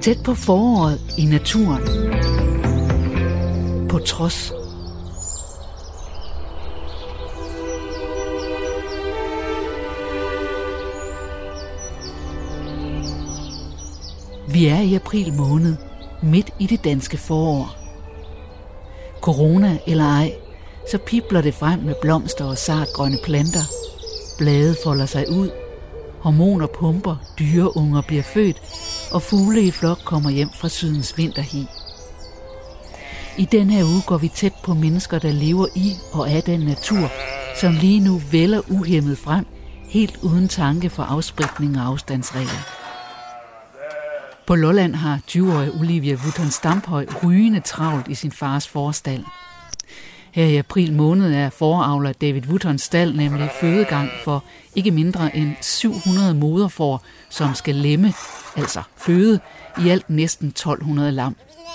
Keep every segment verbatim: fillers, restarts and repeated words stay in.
Tæt på foråret i naturen. På trods. Vi er i april måned, midt i det danske forår. Corona eller ej, så pibler det frem med blomster og sartgrønne planter. Blade folder sig ud, hormoner pumper, dyreunger bliver født, og fugle i flok kommer hjem fra sydens vinterhi. I den her uge går vi tæt på mennesker, der lever i og af den natur, som lige nu vælger uhæmmet frem, helt uden tanke for afspritning og afstandsregler. På Lolland har tyve-årige Olivia Wootton Stamphøj rygende travlt i sin fars forstald. Her i april måned er foravler David Woottons stald nemlig fødegang for ikke mindre end syv hundrede moderfår, som skal lemme, altså føde, i alt næsten tolv hundrede lam.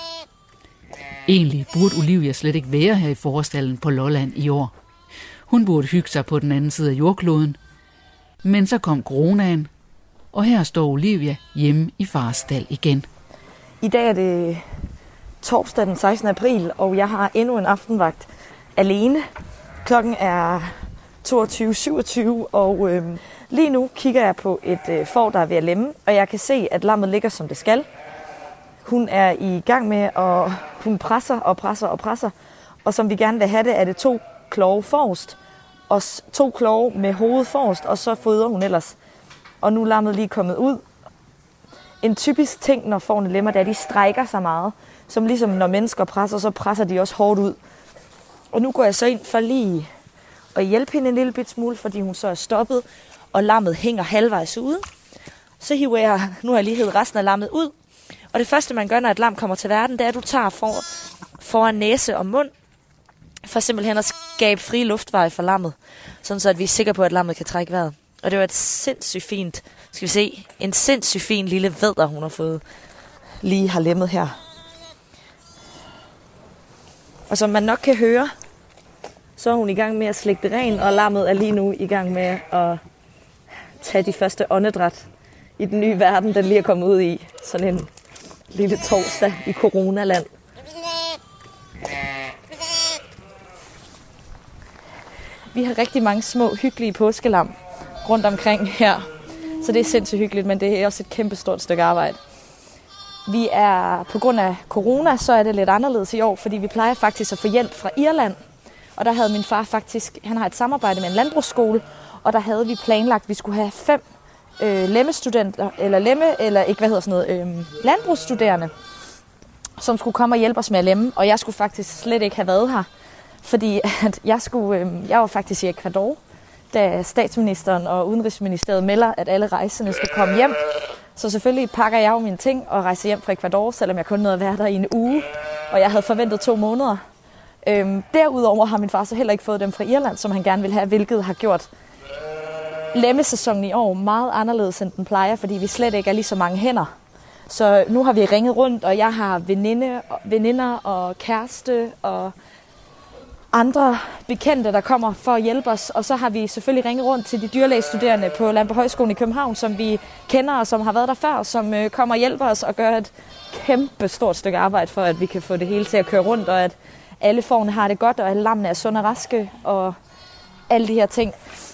Egentlig burde Olivia slet ikke være her i forestallen på Lolland i år. Hun burde hygge sig på den anden side af jordkloden. Men så kom coronaen, og her står Olivia hjemme i fars stald igen. I dag er det torsdag den sekstende april, og jeg har endnu en aftenvagt alene. Klokken er toogtyve syvogtyve, og øh, lige nu kigger jeg på et øh, får, der er ved at lemme, og jeg kan se, at lammet ligger, som det skal. Hun er i gang med, at hun presser og presser og presser, og som vi gerne vil have det, er det to klove forrest, og to klove med hovedet forrest, og så fodrer hun ellers. Og nu er lammet lige kommet ud. En typisk ting, når fårene lemmer, det er, at de strækker sig meget. Som ligesom når mennesker presser, så presser de også hårdt ud. Og nu går jeg så ind for lige at hjælpe hende en lille bit smule, fordi hun så er stoppet, og lammet hænger halvvejs ude. Så hiver jeg, nu har jeg lige hævet resten af lammet ud. Og det første, man gør, når et lam kommer til verden, det er, at du tager for, foran næse og mund, for simpelthen at skabe fri luftveje for lammet, sådan så at vi er sikre på, at lammet kan trække vejret. Og det var et sindssygt fint, skal vi se, en sindssygt fin lille vædder, hun har fået lige har lemmet her. Og som man nok kan høre, så er hun i gang med at slikke det ren, og lammet er lige nu i gang med at tage de første åndedræt i den nye verden, den lige er kommet ud i. Sådan en lille torsdag i coronaland. Vi har rigtig mange små, hyggelige påskelam rundt omkring her. Så det er sindssygt hyggeligt, men det er også et kæmpestort stykke arbejde. Vi er, på grund af corona, så er det lidt anderledes i år, fordi vi plejer faktisk at få hjælp fra Irland. Og der havde min far faktisk, han har et samarbejde med en landbrugsskole, og der havde vi planlagt, at vi skulle have fem øh, lemmestudenter, eller lemme, eller ikke, hvad hedder sådan noget, øh, landbrugsstuderende, som skulle komme og hjælpe os med at lemme. Og jeg skulle faktisk slet ikke have været her, fordi at jeg, skulle, øh, jeg var faktisk i Ecuador, da statsministeren og udenrigsministeriet melder, at alle rejsende skal komme hjem. Så selvfølgelig pakker jeg jo mine ting og rejser hjem fra Ecuador, selvom jeg kun nåede at være der i en uge, og jeg havde forventet to måneder. Øhm, derudover har min far så heller ikke fået dem fra Irland, som han gerne ville have, hvilket har gjort lemmesæsonen i år meget anderledes, end den plejer, fordi vi slet ikke er lige så mange hænder. Så nu har vi ringet rundt, og jeg har veninde, veninder og kæreste og andre bekendte, der kommer for at hjælpe os. Og så har vi selvfølgelig ringet rundt til de dyrlægestuderende på Landbohøjskolen i København, som vi kender og som har været der før, som øh, kommer og hjælper os og gør et kæmpe stort stykke arbejde for, at vi kan få det hele til at køre rundt, og at alle fårene har det godt, og alle lammene er sunde og raske, og alle de her ting.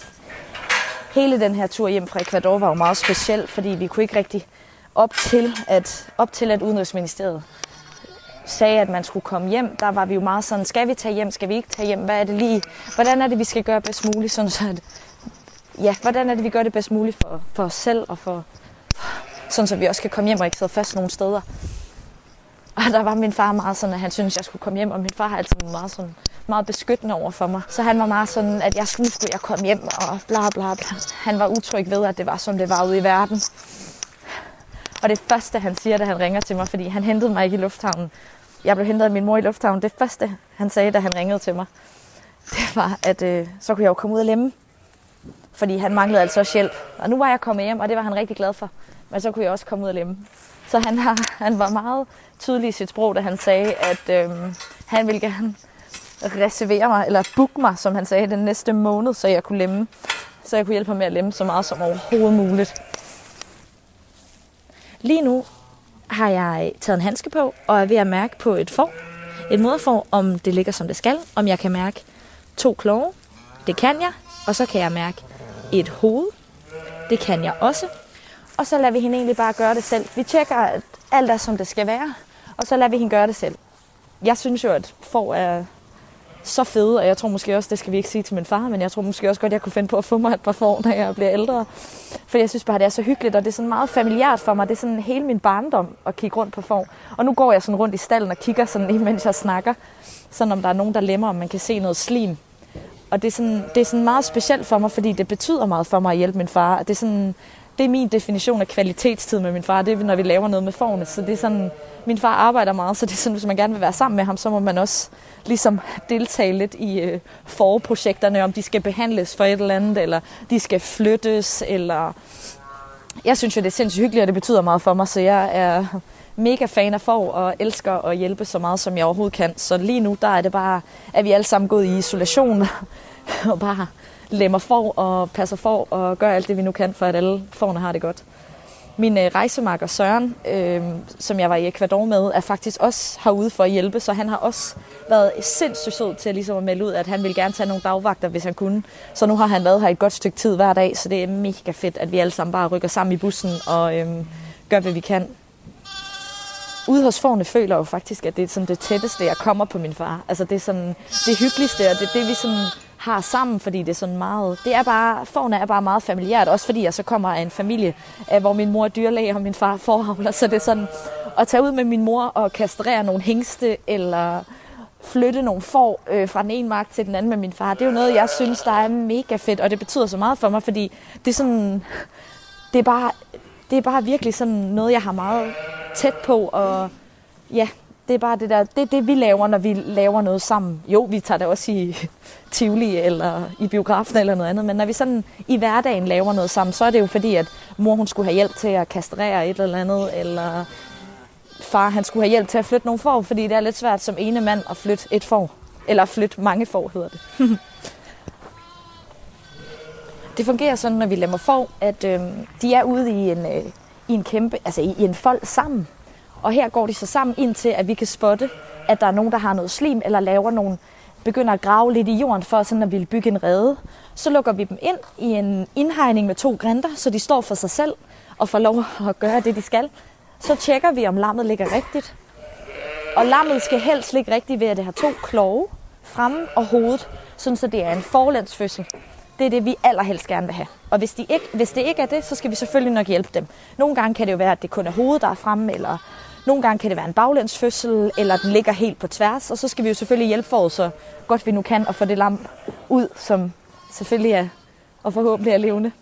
Hele den her tur hjem fra Ecuador var jo meget speciel, fordi vi kunne ikke rigtig op til, at, op til at Udenrigsministeriet sagde, at man skulle komme hjem, der var vi jo meget sådan, skal vi tage hjem, skal vi ikke tage hjem, hvad er det lige, hvordan er det, vi skal gøre bedst muligt, sådan så at, ja, hvordan er det, vi gør det bedst muligt for, for os selv, og for, sådan så vi også kan komme hjem og ikke sidde fast nogle steder. Og der var min far meget sådan, at han syntes, at jeg skulle komme hjem, og min far har altid meget, sådan, meget beskyttende over for mig. Så han var meget sådan, at jeg skulle, nu skulle jeg komme hjem, og bla bla bla. Han var utryg ved, at det var, som det var ude i verden. Og det første, han siger, da han ringer til mig, fordi han hentede mig ikke i lufthavnen. Jeg blev hentet af min mor i lufthavnen. Det første, han sagde, da han ringede til mig, det var, at øh, så kunne jeg jo komme ud og lemme. Fordi han manglede altså også hjælp. Og nu var jeg kommet hjem, og det var han rigtig glad for. Men så kunne jeg også komme ud og lemme. Så han, har, han var meget tydelig i sit sprog, da han sagde, at øh, han ville gerne reservere mig, eller booke mig, som han sagde, den næste måned, så jeg kunne lemme. Så jeg kunne hjælpe ham med at lemme så meget som overhovedet muligt. Lige nu har jeg taget en handske på, og er ved at mærke på et får, et moderfår, om det ligger som det skal, om jeg kan mærke to kloge, det kan jeg, og så kan jeg mærke et hoved, det kan jeg også, og så lader vi hende egentlig bare gøre det selv. Vi tjekker, at alt er som det skal være, og så lader vi hende gøre det selv. Jeg synes jo, at får er så fede, og jeg tror måske også, det skal vi ikke sige til min far, men jeg tror måske også godt, at jeg kunne finde på at få mig et par får, når jeg bliver ældre. For jeg synes bare, det er så hyggeligt, og det er sådan meget familiært for mig. Det er sådan hele min barndom at kigge rundt på får. Og nu går jeg sådan rundt i stallen og kigger sådan, mens jeg snakker, sådan om der er nogen, der lemmer, om man kan se noget slim. Og det er, sådan, det er sådan meget specielt for mig, fordi det betyder meget for mig at hjælpe min far. Det er, sådan, det er min definition af kvalitetstid med min far, det er, når vi laver noget med fårene. Så det er sådan, min far arbejder meget, så det er sådan, hvis man gerne vil være sammen med ham, så må man også ligesom deltage lidt i øh, forprojekterne, om de skal behandles for et eller andet, eller de skal flyttes, eller... Jeg synes jo, det er sindssygt hyggeligt, og det betyder meget for mig, så jeg er mega fan af får, og elsker at hjælpe så meget, som jeg overhovedet kan. Så lige nu, der er det bare, at vi alle sammen gået i isolation, og bare lemmer får, og passer får, og gør alt det, vi nu kan, for at alle fårene har det godt. Min øh, rejsemakker Søren, øh, som jeg var i Ecuador med, er faktisk også herude for at hjælpe, så han har også været sindssygt sød til ligesom at melde ud, at han ville gerne tage nogle dagvagter, hvis han kunne. Så nu har han været her et godt stykke tid hver dag, så det er mega fedt, at vi alle sammen bare rykker sammen i bussen og øh, gør, hvad vi kan. Ude hos fårene føler jeg jo faktisk, at det er sådan det tætteste, jeg kommer på min far. Altså det er sådan det hyggeligste, og det er det, vi sådan har sammen, fordi det er sådan meget... Det er bare... Fårene er bare meget familiært, også fordi jeg så kommer af en familie, hvor min mor er dyrlæge, og min far er fåravler, så det er sådan at tage ud med min mor og kastrere nogle hængste, eller flytte nogle får øh, fra den ene mark til den anden med min far. Det er jo noget, jeg synes, der er mega fedt, og det betyder så meget for mig, fordi det er sådan... Det er bare, det er bare virkelig sådan noget, jeg har meget tæt på, og ja... Det er bare det der, det er det, vi laver, når vi laver noget sammen. Jo, vi tager det også i Tivoli eller i biografen eller noget andet, men når vi sådan i hverdagen laver noget sammen, så er det jo fordi, at mor hun skulle have hjælp til at kastrere et eller andet, eller far han skulle have hjælp til at flytte nogle får, fordi det er lidt svært som ene mand at flytte et får. Eller flytte mange får, hedder det. Det fungerer sådan, når vi lemmer får, at øh, de er ude i en, øh, i en kæmpe, altså i, i en fold sammen. Og her går de så sammen indtil, at vi kan spotte, at der er nogen, der har noget slim, eller laver nogen, begynder at grave lidt i jorden for, sådan at vi vil bygge en rede. Så lukker vi dem ind i en indhegning med to grinter, så de står for sig selv og får lov at gøre det, de skal. Så tjekker vi, om lammet ligger rigtigt. Og lammet skal helst ligge rigtigt ved, at det har to kloge fremme og hovedet, sådan så det er en forlænsfødsel. Det er det, vi allerhelst gerne vil have. Og hvis, de ikke, hvis det ikke er det, så skal vi selvfølgelig nok hjælpe dem. Nogle gange kan det jo være, at det kun er hovedet, der er fremme, eller nogle gange kan det være en baglænsfødsel, eller den ligger helt på tværs. Og så skal vi jo selvfølgelig hjælpe fåret så godt vi nu kan, og få det lam ud, som selvfølgelig er, og forhåbentlig er levende.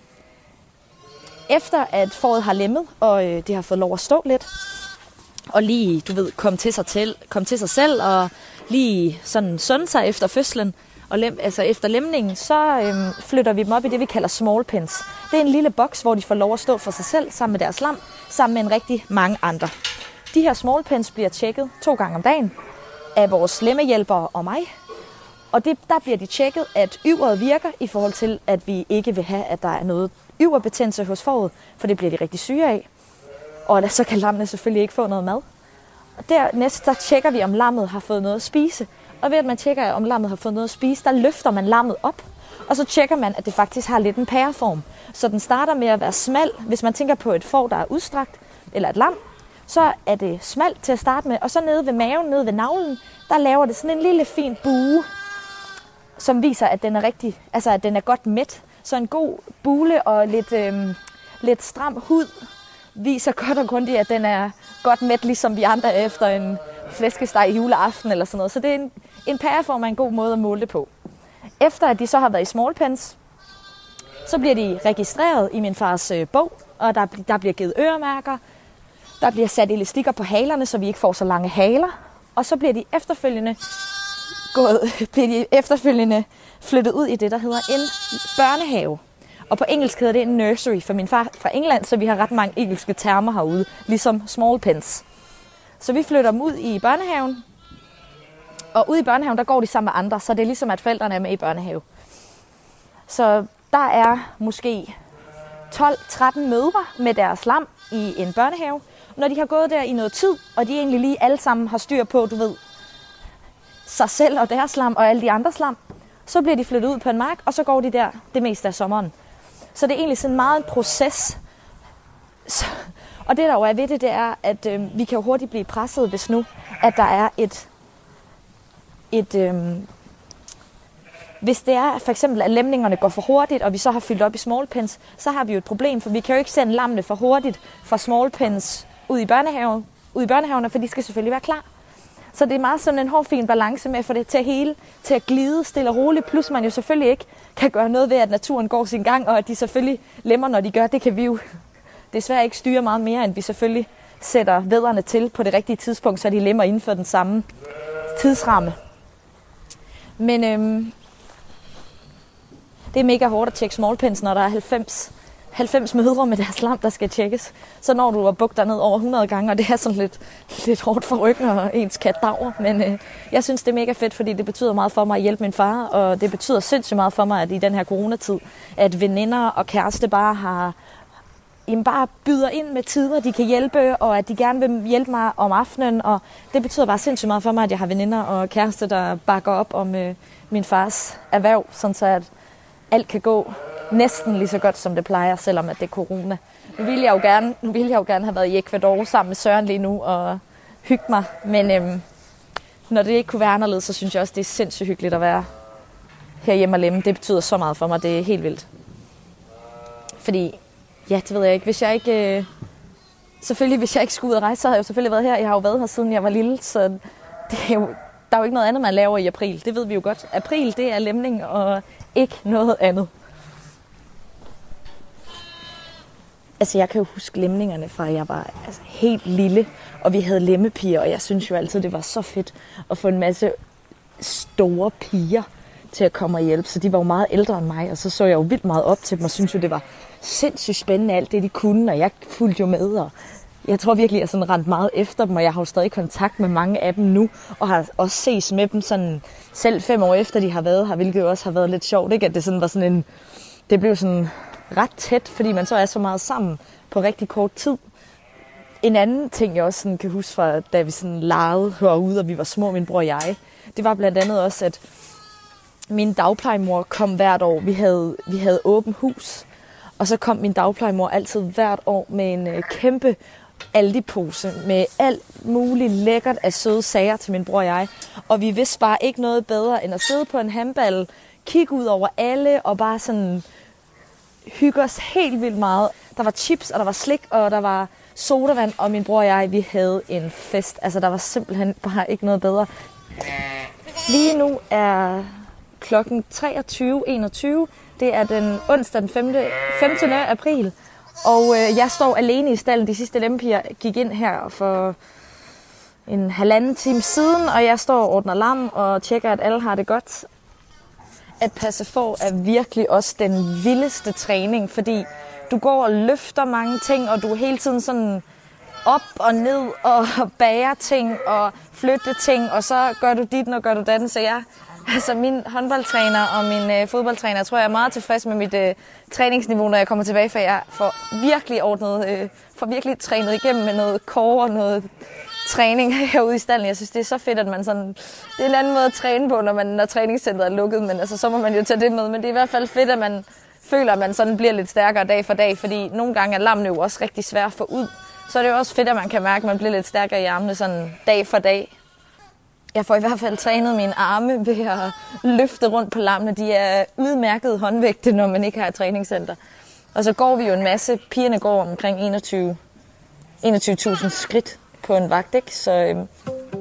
Efter at fåret har lemmet, og øh, det har fået lov at stå lidt, og lige, du ved, komme til sig, til, komme til sig selv, og lige sådan sunde sig efter fødslen, og lem, altså efter lemningen, så øhm, flytter vi dem op i det, vi kalder small pens. Det er en lille boks, hvor de får lov at stå for sig selv, sammen med deres lam, sammen med en rigtig mange andre. De her small pens bliver tjekket to gange om dagen af vores lemmehjælpere og mig. Og det, der bliver de tjekket, at yveret virker i forhold til, at vi ikke vil have, at der er noget yverbetændelse hos fåret, for det bliver de rigtig syge af. Og så kan lammene selvfølgelig ikke få noget mad. Og dernæst, der tjekker vi, om lammet har fået noget at spise. Og ved at man tjekker, om lammet har fået noget at spise, der løfter man lammet op. Og så tjekker man, at det faktisk har lidt en pæreform. Så den starter med at være smal. Hvis man tænker på et får, der er udstrakt, eller et lam, så er det smalt til at starte med. Og så nede ved maven, nede ved navlen, der laver det sådan en lille fin bue, som viser, at den er rigtig, altså at den er godt mæt. Så en god bule og lidt, øhm, lidt stram hud viser godt og grundigt, at den er godt mæt, ligesom vi andre efter en flæskesteg juleaften eller sådan noget. Så det er en, en pæreform er en god måde at måle det på. Efter at de så har været i small pens, så bliver de registreret i min fars øh, bog, og der, der bliver givet øremærker. Der bliver sat elastikker på halerne, så vi ikke får så lange haler. Og så bliver de efterfølgende, gået, bliver de efterfølgende flyttet ud i det, der hedder en børnehave. Og på engelsk hedder det en nursery, for min far fra England, så vi har ret mange engelske termer herude, ligesom small pens. Så vi flytter dem ud i børnehaven, og ude i børnehaven, der går de sammen med andre, så det er ligesom, at forældrene er med i børnehave. Så der er måske tolv tretten mødre med deres lam i en børnehave, Når de har gået der i noget tid, og de egentlig lige alle sammen har styr på, du ved, sig selv og deres lam og alle de andre lam, så bliver de flyttet ud på en mark, og så går de der det meste af sommeren. Så det er egentlig sådan meget en proces. Så, og det der jo er ved det, det er, at øh, vi kan jo hurtigt blive presset, hvis nu, at der er et... et øh, hvis det er for eksempel, at læmningerne går for hurtigt, og vi så har fyldt op i small pens, så har vi jo et problem, for vi kan jo ikke sende lammene for hurtigt fra small pens ud i børnehaven, ud i børnehaverne, for de skal selvfølgelig være klar. Så det er meget sådan en hård, fin balance med at få det til at hele, til at glide stille og roligt, plus man jo selvfølgelig ikke kan gøre noget ved, at naturen går sin gang, og at de selvfølgelig lemmer, når de gør. Det kan vi jo desværre ikke styre meget mere, end vi selvfølgelig sætter vædderne til på det rigtige tidspunkt, så de lemmer inden for den samme tidsramme. Men øhm, det er mega hårdt at tjekke smallpens, når der er halvfems, halvfems mødre med deres lam, der skal tjekkes. Så når du har bukt dig ned over hundrede gange, og det er sådan lidt, lidt hårdt for ryggen og ens kat dager. Men øh, jeg synes, det er mega fedt, fordi det betyder meget for mig at hjælpe min far, og det betyder sindssygt meget for mig, at i den her coronatid, at veninder og kæreste bare har... Jamen bare byder ind med tider, de kan hjælpe, og at de gerne vil hjælpe mig om aftenen. Og det betyder bare sindssygt meget for mig, at jeg har veninder og kæreste, der bakker op om øh, min fars erhverv, sådan så at alt kan gå næsten lige så godt, som det plejer, selvom at det er corona. Nu ville jeg jo gerne, nu ville jeg jo gerne have været i Ecuador sammen med Søren lige nu og hygge mig. Men øhm, når det ikke kunne være anderledes, så synes jeg også, det er sindssygt hyggeligt at være herhjemme og lemme. Det betyder så meget for mig, det er helt vildt. Fordi... Ja, det ved jeg ikke. Hvis jeg ikke... Øh... Selvfølgelig, hvis jeg ikke skulle ud og rejse, så har jeg jo selvfølgelig været her. Jeg har jo været her, siden jeg var lille, så det er jo... der er jo ikke noget andet, man laver i april. Det ved vi jo godt. April, det er lemning og ikke noget andet. Altså, jeg kan jo huske lemningerne fra, jeg var altså, helt lille, og vi havde lemmepiger, og jeg synes jo altid, det var så fedt at få en masse store piger til at komme og hjælpe. Så de var jo meget ældre end mig, og så så jeg jo vildt meget op til dem, og synes jo, det var sindssygt spændende alt det, de kunne, og jeg fulgte jo med, og jeg tror virkelig, jeg er sådan rendt meget efter dem, og jeg har jo stadig kontakt med mange af dem nu, og har også ses med dem sådan selv fem år efter, de har været her, hvilket jo også har været lidt sjovt, ikke? At det sådan var sådan en, det blev sådan ret tæt, fordi man så er så meget sammen på rigtig kort tid. En anden ting, jeg også sådan kan huske fra, da vi sådan legede herude, og vi var små, min bror og jeg, det var blandt andet også, at min dagplejemor kom hvert år. Vi havde, vi havde åbent hus, og så kom min dagplejemor altid hvert år med en øh, kæmpe Aldi-pose med alt muligt lækkert af søde sager til min bror og jeg. Og vi vidste bare ikke noget bedre end at sidde på en handball, kigge ud over alle og bare sådan hygge os helt vildt meget. Der var chips, og der var slik, og der var sodavand, og min bror og jeg, vi havde en fest. Altså, der var simpelthen bare ikke noget bedre. Lige nu er klokken treogtyve enogtyve. Det er den onsdag den femtende april. Og øh, jeg står alene i stallen. De sidste lemmepiger gik ind her for en halvanden time siden, og jeg står og ordner lam og tjekker, at alle har det godt. At passe får er virkelig også den vildeste træning, fordi du går og løfter mange ting, og du er hele tiden sådan op og ned og bager ting og flytte ting, og så gør du dit, og gør du datten. Så jeg, altså min håndboldtræner og min øh, fodboldtræner, tror jeg er meget tilfreds med mit øh, træningsniveau, når jeg kommer tilbage, for jeg får virkelig ordnet, øh, får virkelig trænet igennem med noget core og noget træning herude i stallen. Jeg synes, det er så fedt, at man sådan... Det er en anden måde at træne på, når, man, når træningscenteret er lukket, men altså, så må man jo tage det med. Men det er i hvert fald fedt, at man føler, at man sådan bliver lidt stærkere dag for dag, fordi nogle gange er lammene jo også rigtig svære at få ud. Så er det jo også fedt, at man kan mærke, at man bliver lidt stærkere i armene sådan dag for dag. Jeg får i hvert fald trænet mine arme ved at løfte rundt på lammene. De er udmærket håndvægte, når man ikke har et træningscenter. Og så går vi jo en masse. Pigerne går omkring enogtyve tusind skridt på en vagt, ikke? Så, øhm.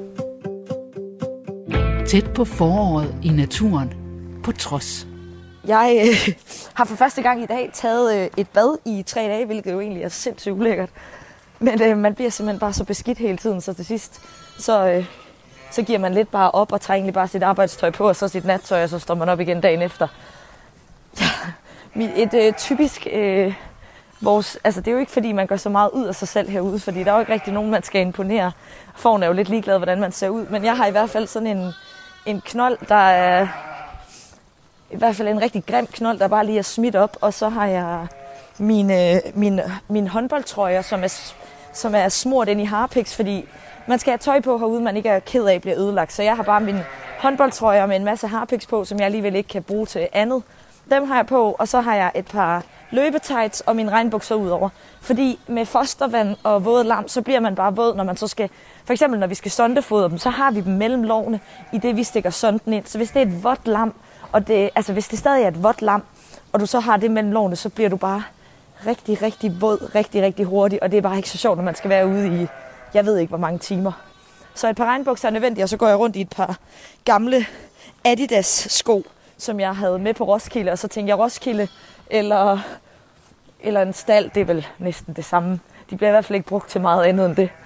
Tæt på foråret i naturen, på trods. Jeg øh, har for første gang i dag taget øh, et bad i tre dage, hvilket jo egentlig er sindssygt ulækkert. Men øh, man bliver simpelthen bare så beskidt hele tiden, så til sidst, så, øh, så giver man lidt bare op og tager egentlig bare sit arbejdstøj på, og så sit nattøj, og så står man op igen dagen efter. Ja, et øh, typisk... Øh, Vores, altså det er jo ikke fordi, man gør så meget ud af sig selv herude, fordi der er jo ikke rigtig nogen, man skal imponere. Fåren er jo lidt ligeglad, hvordan man ser ud, men jeg har i hvert fald sådan en, en knold, der er i hvert fald en rigtig grim knold, der bare lige er smidt op, og så har jeg mine, mine, mine håndboldtrøjer, som er som er smurt ind i harpiks, fordi man skal have tøj på herude, man ikke er ked af at blive ødelagt. Så jeg har bare min håndboldtrøjer med en masse harpiks på, som jeg alligevel ikke kan bruge til andet. Dem har jeg på, og så har jeg et par løbetights og mine regnbukser ud over. Fordi med fostervand og våde lam, så bliver man bare våd, når man så skal... For eksempel når vi skal sondefodre dem, så har vi dem mellem lårene, i det vi stikker sonden ind. Så hvis det er et vådt lam, og det, altså hvis det stadig er et vådt lam, og du så har det mellem lårene, så bliver du bare rigtig, rigtig våd, rigtig, rigtig hurtigt. Og det er bare ikke så sjovt, når man skal være ude i, jeg ved ikke hvor mange timer. Så et par regnbukser er nødvendigt, og så går jeg rundt i et par gamle Adidas sko, som jeg havde med på Roskilde, og så tænkte jeg Roskilde eller, eller en stald, det er vel næsten det samme. De bliver i hvert fald ikke brugt til meget andet end det.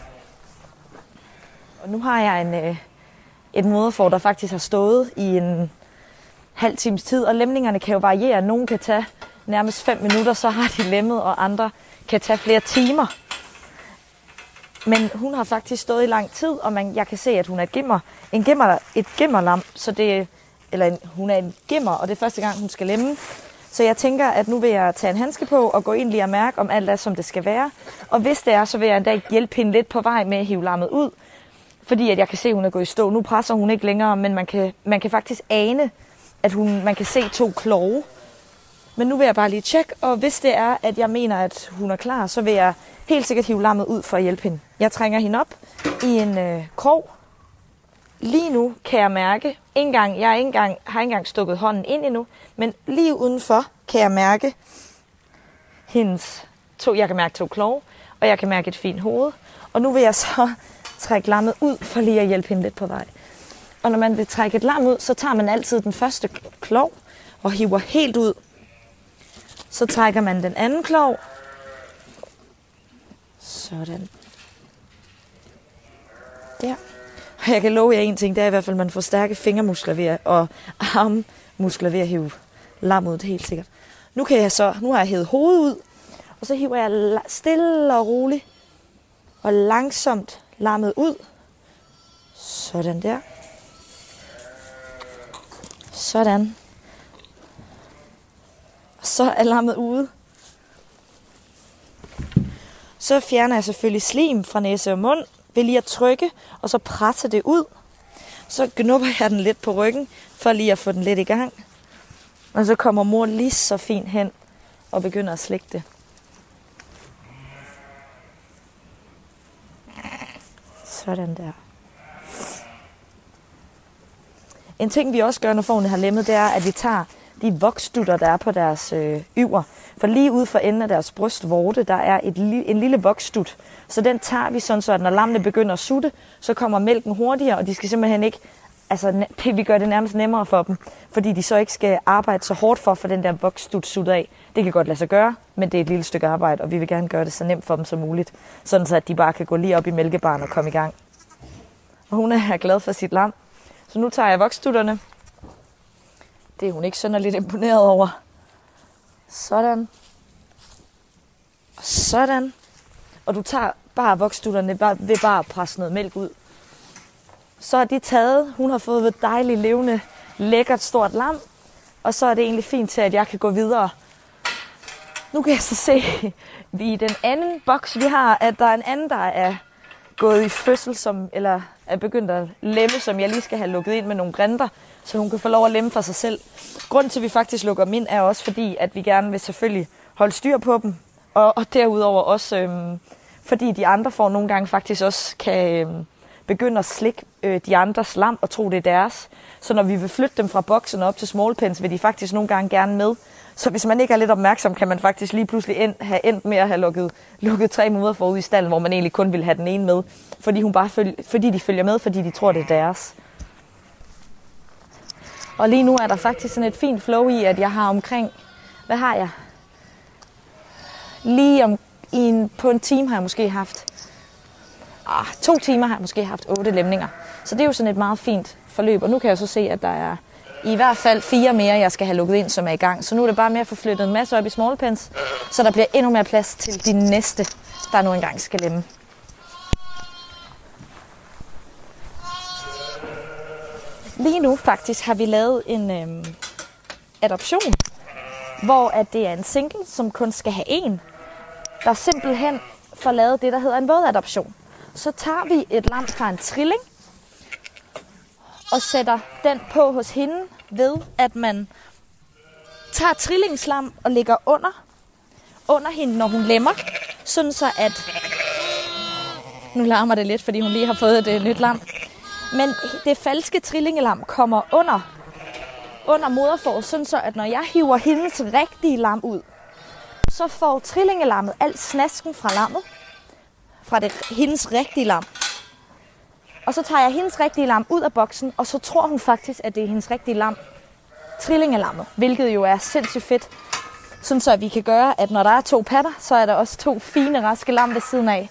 Og nu har jeg en, øh, et moderfår, der faktisk har stået i en halv times tid, og lemningerne kan jo variere. Nogle kan tage nærmest fem minutter, så har de lemmet, og andre kan tage flere timer. Men hun har faktisk stået i lang tid, og man, jeg kan se, at hun er et gimmer, en gimmer, et gimmerlam, så det, eller en, hun er en gimmer, og det er første gang, hun skal lemme. Så jeg tænker, at nu vil jeg tage en handske på og gå ind lige og mærke, om alt er, som det skal være. Og hvis det er, så vil jeg endda hjælpe hende lidt på vej med at hive lammet ud. Fordi at jeg kan se, at hun er gået i stå. Nu presser hun ikke længere, men man kan, man kan faktisk ane, at hun, man kan se to kloge. Men nu vil jeg bare lige tjekke, og hvis det er, at jeg mener, at hun er klar, så vil jeg helt sikkert hive lammet ud for at hjælpe hende. Jeg trænger hende op i en øh, krog. Lige nu kan jeg mærke, engang, jeg ikke engang, har ikke engang stukket hånden ind endnu, men lige udenfor kan jeg mærke hendes to, jeg kan mærke to kloge, og jeg kan mærke et fint hoved. Og nu vil jeg så trække lammet ud for lige at hjælpe hende lidt på vej. Og når man vil trække et lam ud, så tager man altid den første klov og hiver helt ud. Så trækker man den anden klov. Sådan. Der. Og jeg kan love jer en ting, det er i hvert fald, at man får stærke fingermuskler ved at, og armmuskler ved at hive lammet ud, det er helt sikkert. Nu, kan jeg så, nu har jeg hævet hovedet ud, og så hiver jeg stille og roligt og langsomt lammet ud. Sådan der. Sådan. Og så er lammet ude. Så fjerner jeg selvfølgelig slim fra næse og mund ved lige at trykke, og så presse det ud. Så gnubber jeg den lidt på ryggen, for lige at få den lidt i gang. Og så kommer mor lige så fint hen og begynder at slikke det. Sådan der. En ting vi også gør, når fårene har lemmet, det er, at vi tager de voksdutter, der er på deres øh, yver. For lige ude for enden af deres brystvorte, der er et, en lille voksdut. Så den tager vi sådan, så at når lammene begynder at sutte, så kommer mælken hurtigere, og de skal simpelthen ikke, altså vi gør det nærmest nemmere for dem, fordi de så ikke skal arbejde så hårdt for at få den der voksdut suttet af. Det kan godt lade sig gøre, men det er et lille stykke arbejde, og vi vil gerne gøre det så nemt for dem som muligt, sådan så at de bare kan gå lige op i mælkebaren og komme i gang. Og hun er glad for sit lam. Så nu tager jeg voksdutterne. Det er hun ikke synderligt imponeret over. Sådan. Og sådan. Og du tager bare voksdutterne ved bare at presse noget mælk ud. Så er de taget. Hun har fået et dejligt, levende, lækkert, stort lam. Og så er det egentlig fint til, at jeg kan gå videre. Nu kan jeg så se i den anden boks, vi har, at der er en anden, der er gået i fødsel, som, eller er begyndt at lemme, som jeg lige skal have lukket ind med nogle grinter, så hun kan få lov at lemme for sig selv. Grunden til, at vi faktisk lukker dem ind, er også fordi, at vi gerne vil selvfølgelig holde styr på dem, og, og derudover også, øhm, fordi de andre får nogle gange faktisk også kan øhm, begynde at slikke øh, de andres lam og tro, det er deres. Så når vi vil flytte dem fra boksen op til small pens, vil de faktisk nogle gange gerne med. Så hvis man ikke er lidt opmærksom, kan man faktisk lige pludselig end, have endt med at have lukket, lukket tre minutter forud i stallen, hvor man egentlig kun ville have den ene med. Fordi, hun bare følger, fordi de følger med, fordi de tror, det er deres. Og lige nu er der faktisk sådan et fint flow i, at jeg har omkring, hvad har jeg? Lige om, i en, på en time har jeg måske haft, ah, to timer har jeg måske haft otte lemninger. Så det er jo sådan et meget fint forløb, og nu kan jeg så se, at der er i hvert fald fire mere, jeg skal have lukket ind, som er i gang. Så nu er det bare med at få flyttet en masse op i small pens, så der bliver endnu mere plads til de næste, der nu engang skal lemme. Lige nu faktisk har vi lavet en øhm, adoption, hvor at det er en single, som kun skal have en, der simpelthen får lavet det, der hedder en vådadoption. Så tager vi et lam fra en trilling og sætter den på hos hende ved, at man tager trillingslam og lægger under, under hende, når hun lemmer, sådan så at... Nu larmer det lidt, fordi hun lige har fået et nyt lam. Men det falske trillingelam kommer under, under moderfåret, sådan så at når jeg hiver hendes rigtige lam ud, så får trillingelammet alt snasken fra lammet, fra det, hendes rigtige lam. Og så tager jeg hendes rigtige lam ud af boksen, og så tror hun faktisk, at det er hendes rigtige lam, trillingelammet, hvilket jo er sindssygt fedt. Sådan så at vi kan gøre, at når der er to patter, så er der også to fine, raske lam ved siden af.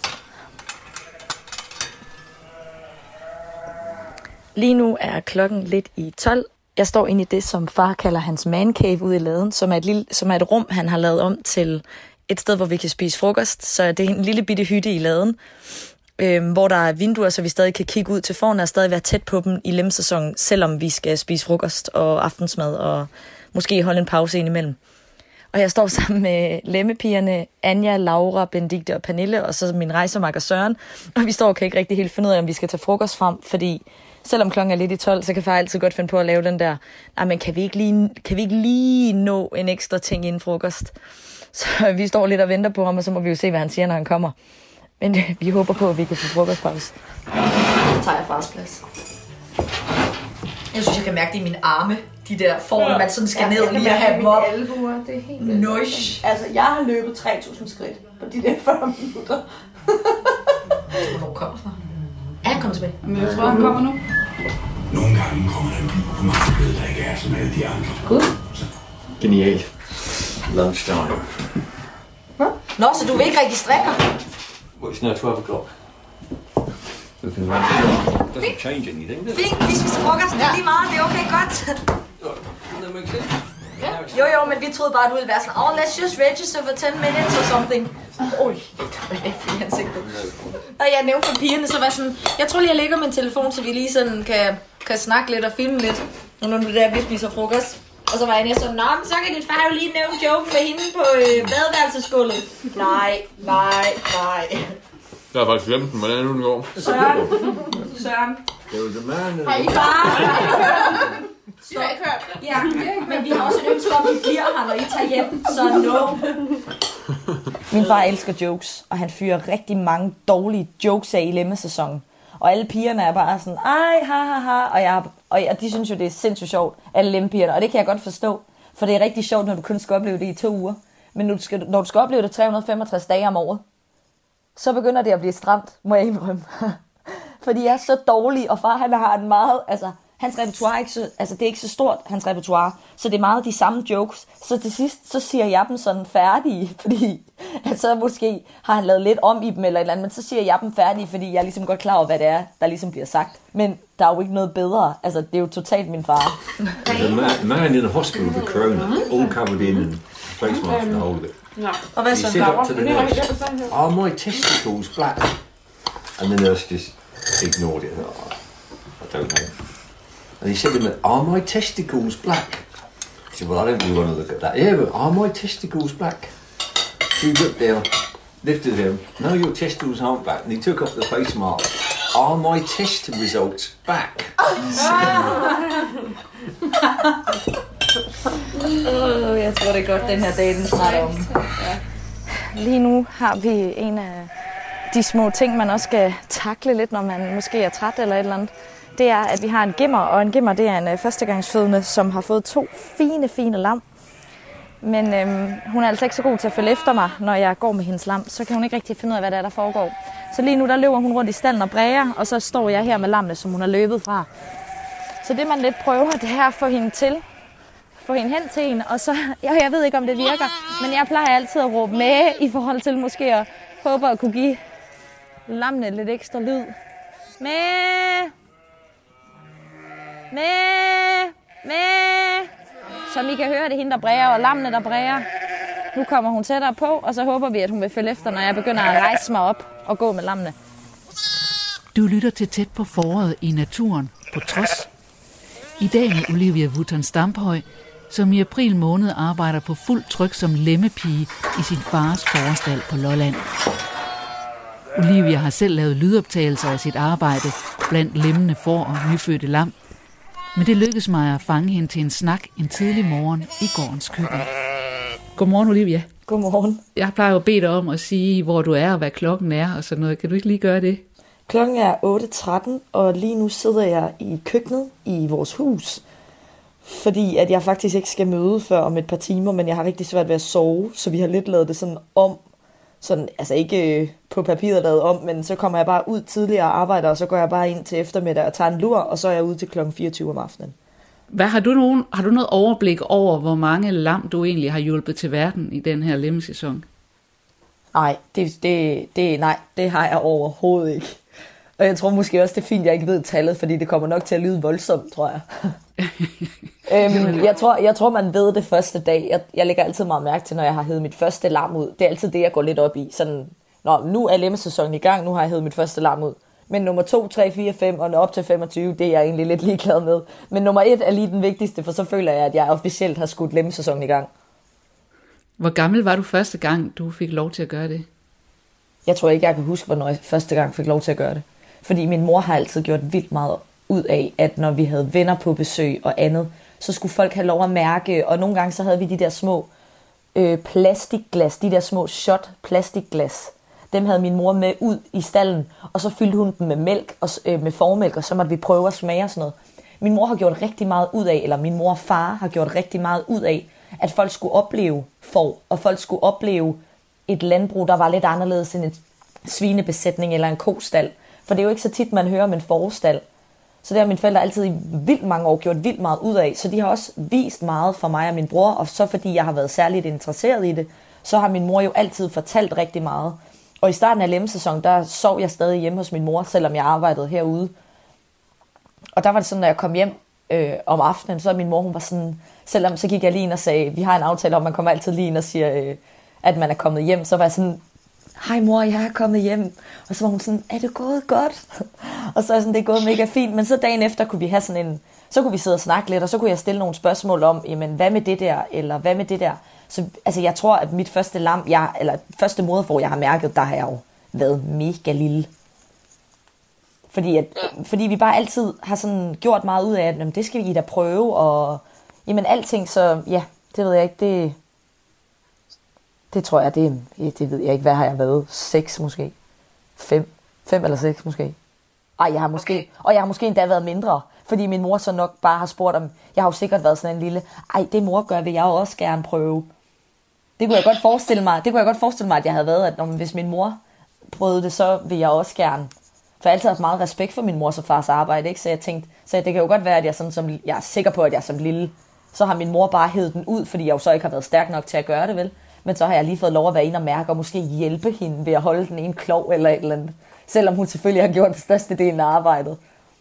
Lige nu er klokken lidt i tolv. Jeg står inde i det, som far kalder hans man cave ude i laden, som er, et lille, som er et rum, han har lavet om til et sted, hvor vi kan spise frokost. Så det er en lille bitte hytte i laden, øh, hvor der er vinduer, så vi stadig kan kigge ud til fårene og stadig være tæt på dem i lemsæsonen, selvom vi skal spise frokost og aftensmad og måske holde en pause indimellem. Og jeg står sammen med lemmepigerne Anja, Laura, Benedikte og Pernille, og så min rejsemakker Søren. Og vi står og kan ikke rigtig helt finde ud af, om vi skal tage frokost frem, fordi selvom klokken er lidt i tolv, så kan far altid godt finde på at lave den der, nej, men kan vi ikke lige, kan vi ikke lige nå en ekstra ting inden frokost? Så vi står lidt og venter på ham, og så må vi jo se, hvad han siger, når han kommer. Men vi håber på, at vi kan få frokostpause. Så tager jeg fars plads. Jeg synes, jeg kan mærke det i mine arme. De der får, når man sådan skal ned og lige have dem op. Albuer, det er helt Nøjs. Altså, jeg har løbet tre tusind skridt på de der fyrre minutter. Hvornår kommer så? Er han kommet tilbage? Men jeg tror, han kommer nu. Nogle gange kommer der en bil på markedet, der ikke er som alle de andre. Gud. Genialt. Lunchtime. Hvad? Nå, så du vil ikke registrere? Well, it's now twelve o'clock. Looking around the shop. Doesn't change anything, does it? Fint, vi spiser frokost. Det er lige meget. Det er okay, godt. That makes sense. Jo, jo, men vi troede bare, at du ville være sådan, oh, let's just register for ten minutes or something. Oj, det var lidt i ansigtet. Og jeg nævnte for pigerne, så var sådan, jeg tror lige, jeg lægger min telefon, så vi lige sådan kan, kan snakke lidt og filme lidt. Og nu er det der, vi spiser frokost. Og så var jeg næsten sådan, nå, men så kan din far jo lige nævne joke med hende på øh, badeværelsesgulvet. Nej, nej, nej. Jeg har faktisk glemt den, hvordan er det nu, den går? Søren. Søren. There was a man in Hej, far. Så, ja, men vi har også et ønske om, at vi bliver her, når I tager hjem, så no. Min far elsker jokes, og han fyrer rigtig mange dårlige jokes af i lemmesæsonen. Og alle pigerne er bare sådan, ej, ha, ha, ha, og, jeg, og jeg, de synes jo, det er sindssygt sjovt, alle lemmepigerne, og det kan jeg godt forstå, for det er rigtig sjovt, når du kun skal opleve det i to uger. Men når du skal, når du skal opleve det tre hundrede og femogtres dage om året, så begynder det at blive stramt, må jeg indrømme. Fordi jeg er så dårlig, og far han har en meget, altså, hans repertoire er ikke så, altså det er ikke så stort, hans repertoire, så det er meget de samme jokes. Så til sidst, så siger jeg dem sådan færdige, fordi at så måske har han lavet lidt om i dem eller et eller andet, men så siger jeg dem færdige, fordi jeg er ligesom godt klar over, hvad det er, der ligesom bliver sagt. Men der er jo ikke noget bedre, altså det er jo totalt min far. There's a man, a man in a hospital with corona, all covered in and face mask and the whole of it. No. Og hvad He så? said up to the nurse, are my testicles black? And the nurse just ignored it. Oh, I don't know. And he said to him, are my testicles black? He said, well, I don't really want to look at that. Yeah, but are my testicles black? He looked down, lifted him. No, your testicles aren't black. And he took off the face mask. Are my test results back? Oh, jeg tror, det er godt, den her dag, den snart om. Lige nu har vi en af de små ting, man også skal takle lidt, når man måske er træt eller et eller andet. Det er, at vi har en gimmer, og en gimmer, det er en førstegangsfødende, som har fået to fine, fine lam. Men øhm, hun er altså ikke så god til at følge efter mig, når jeg går med hendes lam. Så kan hun ikke rigtig finde ud af, hvad der er, der foregår. Så lige nu, der løber hun rundt i stallen og bræger, og så står jeg her med lammene, som hun har løbet fra. Så det, man lidt prøver, det er at få hende til. Få hende hen til hende, og så, jeg, jeg ved ikke, om det virker, men jeg plejer altid at råbe med, i forhold til måske at håbe at kunne give lammene lidt ekstra lyd. Med! Med! Med! Som I kan høre, det er hende, der bræger, og lammene, der bræger. Nu kommer hun tættere på, og så håber vi, at hun vil følge efter, når jeg begynder at rejse mig op og gå med lammene. Du lytter til Tæt på foråret i naturen på Trods. I dag med Olivia Wutton Stamphøj, som i april måned arbejder på fuld tryk som lemmepige i sin fars forårsstald på Lolland. Olivia har selv lavet lydoptagelser af sit arbejde blandt lemmende får og nyfødte lam. Men det lykkedes mig at fange hende til en snak en tidlig morgen i gårdens køkken. Godmorgen, Olivia. Godmorgen. Jeg plejer jo at bede dig om at sige, hvor du er og hvad klokken er og sådan noget. Kan du ikke lige gøre det? Klokken er otte tretten, og lige nu sidder jeg i køkkenet i vores hus. Fordi at jeg faktisk ikke skal møde før om et par timer, men jeg har rigtig svært ved at sove. Så vi har lidt lavet det sådan om. Sådan, altså ikke på papiret lavet om, men så kommer jeg bare ud tidligere og arbejder, og så går jeg bare ind til eftermiddag og tager en lur, og så er jeg ude til klokken fireogtyve om aftenen. Hvad, har, du nogen, har du noget overblik over, hvor mange lam du egentlig har hjulpet til verden i den her lemmesæson? Nej, det, det, det, nej, det har jeg overhovedet ikke. Og jeg tror måske også, det er fint, at jeg ikke ved tallet, fordi det kommer nok til at lyde voldsomt, tror jeg. øhm, jeg, tror, jeg tror, man ved det første dag. Jeg, jeg lægger altid meget mærke til, når jeg har hævet mit første lam ud. Det er altid det, jeg går lidt op i. Sådan, Nå, nu er lemmesæsonen i gang, nu har jeg hævet mit første lam ud. Men nummer to, tre, fire, fem og op til femogtyve, det er jeg egentlig lidt ligeglad med. Men nummer et er lige den vigtigste, for så føler jeg, at jeg officielt har skudt lemmesæsonen i gang. Hvor gammel var du første gang, du fik lov til at gøre det? Jeg tror ikke, jeg kan huske, hvornår jeg første gang fik lov til at gøre det. Fordi min mor har altid gjort vildt meget ud af, at når vi havde venner på besøg og andet, så skulle folk have lov at mærke, og nogle gange så havde vi de der små øh, plastikglas, de der små shot plastikglas. Dem havde min mor med ud i stallen, og så fyldte hun dem med mælk og øh, med formælk, og så måtte vi prøve at smage og sådan noget. Min mor har gjort rigtig meget ud af, eller min mor og far har gjort rigtig meget ud af, at folk skulle opleve får, og folk skulle opleve et landbrug, der var lidt anderledes end en svinebesætning eller en kostal. For det er jo ikke så tit, man hører om en forestal. Så det har mine forældre altid i vildt mange år gjort vildt meget ud af. Så de har også vist meget for mig og min bror. Og så fordi jeg har været særligt interesseret i det, så har min mor jo altid fortalt rigtig meget. Og i starten af lemmesæsonen, der sov jeg stadig hjemme hos min mor, selvom jeg arbejdede herude. Og der var det sådan, når jeg kom hjem øh, om aftenen, så min mor, hun var sådan, selvom så gik jeg lige ind og sagde, vi har en aftale om, man kommer altid lige ind og siger, øh, at man er kommet hjem. Så var jeg sådan, hej mor, jeg er kommet hjem. Og så var hun sådan, er det gået godt? Og så er sådan, det er gået mega fint. Men så dagen efter kunne vi have sådan en, så kunne vi sidde og snakke lidt, og så kunne jeg stille nogle spørgsmål om, jamen hvad med det der, eller hvad med det der? Så altså jeg tror, at mit første lam, jeg, eller første moderfor, jeg har mærket, der har jeg jo været mega lille. Fordi, at, fordi vi bare altid har sådan gjort meget ud af, at jamen, det skal vi da prøve, og jamen alting, så ja, det ved jeg ikke, det... Det tror jeg, det, det ved jeg ikke, hvad har jeg været? Seks måske? Fem? Fem eller seks måske? Ej, jeg har måske, okay. Og jeg har måske endda været mindre, fordi min mor så nok bare har spurgt om, jeg har jo sikkert været sådan en lille, ej, det mor gør, vil jeg jo også gerne prøve. Det kunne jeg godt forestille mig, det kunne jeg godt forestille mig, at jeg havde været, at når, hvis min mor prøvede det, så vil jeg også gerne. For jeg har altid haft meget respekt for min mors og fars arbejde, ikke? Så jeg tænkte, så det kan jo godt være, at jeg, sådan, som, jeg er sikker på, at jeg som lille, så har min mor bare hævet den ud, fordi jeg jo så ikke har været stærk nok til at gøre det, vel? Men så har jeg lige fået lov at være inde og mærke, og måske hjælpe hende ved at holde den ene klov eller et eller andet. Selvom hun selvfølgelig har gjort det største del af arbejdet.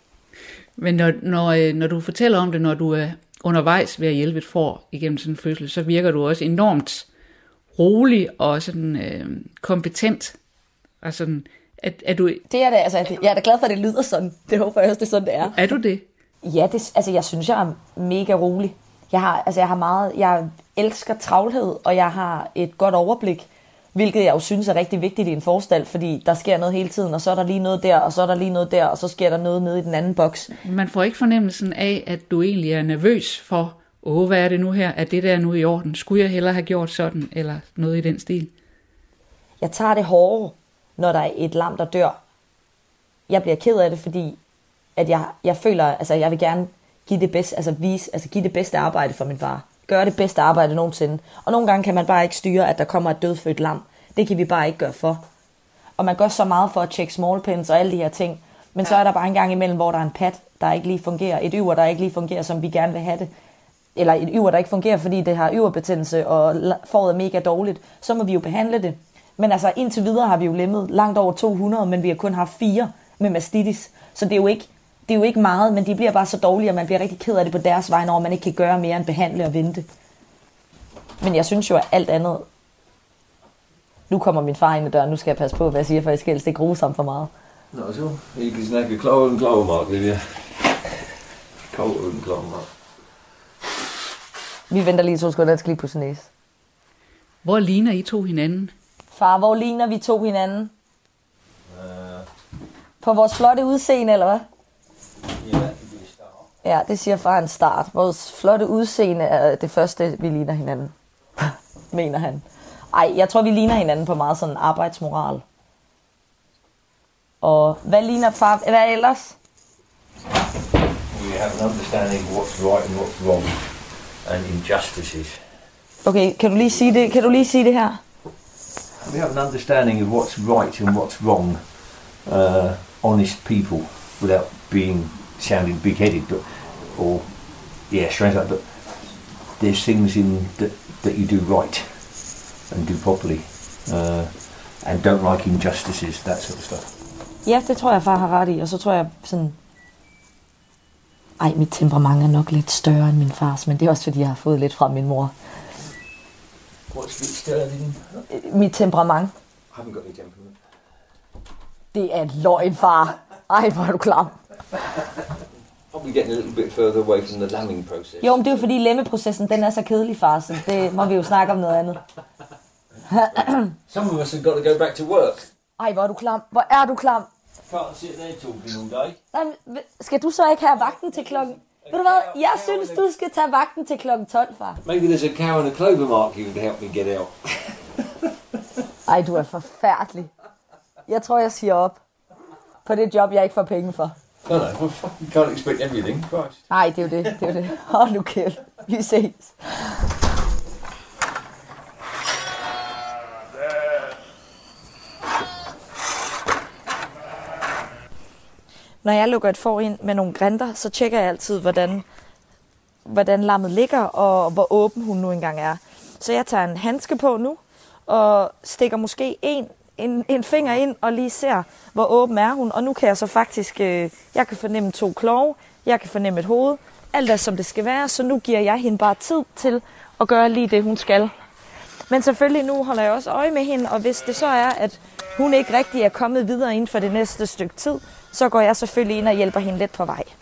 Men når, når, når du fortæller om det, når du er undervejs ved at hjælpe et får igennem sådan en fødsel, så virker du også enormt rolig og sådan øh, kompetent. Og sådan, at, er du... Det er det, altså, jeg er da glad for, at det lyder sådan. Det håber jeg også, det er sådan, det er. Er du det? Ja, det, altså jeg synes, jeg er mega rolig. Jeg har, altså jeg har meget, jeg elsker travlhed, og jeg har et godt overblik, hvilket jeg jo synes er rigtig vigtigt i en forestal, fordi der sker noget hele tiden, og så er der lige noget der, og så er der lige noget der, og så sker der noget nede i den anden boks. Man får ikke fornemmelsen af, at du egentlig er nervøs for, åh, hvad er det nu her? Er det der nu i orden? Skulle jeg hellere have gjort sådan, eller noget i den stil? Jeg tager det hårde, når der er et lam, der dør. Jeg bliver ked af det, fordi at jeg, jeg føler, altså jeg vil gerne give det bedste, altså vise, altså give det bedste arbejde for min far. Gøre det bedste arbejde nogensinde. Og nogle gange kan man bare ikke styre, at der kommer et dødfødt lam. Det kan vi bare ikke gøre for. Og man gør så meget for at tjekke small pins og alle de her ting. Men så er der bare en gang imellem, hvor der er en pat, der ikke lige fungerer. Et yver, der ikke lige fungerer, som vi gerne vil have det. Eller et yver, der ikke fungerer, fordi det har yverbetændelse, og fåret er mega dårligt. Så må vi jo behandle det. Men altså indtil videre har vi jo lemmet langt over to hundrede, men vi har kun haft fire med mastitis. Så det er jo ikke, det er jo ikke meget, men de bliver bare så dårlige, at man bliver rigtig ked af det på deres vej, når man ikke kan gøre mere end behandle og vente. Men jeg synes jo, at alt andet... Nu kommer min far ind i døren, nu skal jeg passe på, hvad jeg siger, for jeg skal helst ikke grusomt for meget. Nå, så I kan snakke klog uden klovmark, Lilja. Klog uden klovmark. Vi venter lige to sekunder, jeg skal lige på sin næse. Hvor ligner I to hinanden? Far, hvor ligner vi to hinanden? På vores flotte udseende, eller hvad? Ja, det siger far en start. Vores flotte udseende er det første, vi ligner hinanden. Mener han. Ej, jeg tror, vi ligner hinanden på meget sådan arbejdsmoral. Og hvad ligner far? Hvad ellers? We have an understanding of what's right and what's wrong. And injustices. Okay, kan du lige sige det? Kan du lige sige det her? We have an understanding of what's right and what's wrong. Uh, honest people, without being sounding big-headed, but or yeah, strange like. But there's things in that that you do right and do properly, uh, and don't like injustices, that sort of stuff. Ja, det tror jeg far har ret i, og så tror jeg sådan. Ej, mit temperament er nok lidt større end min fars, men det er også fordi jeg har fået lidt fra min mor. What's lidt større end din? Mit temperament. I haven't got any temperament. Det er et løgn, far. Ej, hvor er du klam. Probably getting a little bit further away from the lambing process. Jo, men det er jo fordi lemmeprocessen, den er så kedelig, far, så det må vi jo snakke om noget andet. Some of us have got to go back to work. Ej, hvor er du klam. Hvor er du klam. Can't sit there talking all day. Nej, skal du så ikke have vagten til klokken? Ved du hvad? Jeg synes, du skal tage vagten til klokken tolv, far. Maybe there's a cow and a clover mark you can help me get out. Ej, du er forfærdelig. Jeg tror, jeg siger op. På det job, jeg ikke får penge for. No, no, well, fucking can't expect everything, Christ. Nej, det er jo det, det er jo det. Hold nu kæft. Vi ses. Når jeg lukker et får ind med nogle grinter, så tjekker jeg altid, hvordan, hvordan lammet ligger, og hvor åben hun nu engang er. Så jeg tager en handske på nu, og stikker måske en, en, en finger ind, og lige ser, hvor åben er hun. Og nu kan jeg så faktisk, øh, jeg kan fornemme to klove, jeg kan fornemme et hoved, alt er som det skal være, så nu giver jeg hende bare tid til at gøre lige det, hun skal. Men selvfølgelig nu holder jeg også øje med hende, og hvis det så er, at hun ikke rigtig er kommet videre inden for det næste stykke tid, så går jeg selvfølgelig ind og hjælper hende lidt på vej.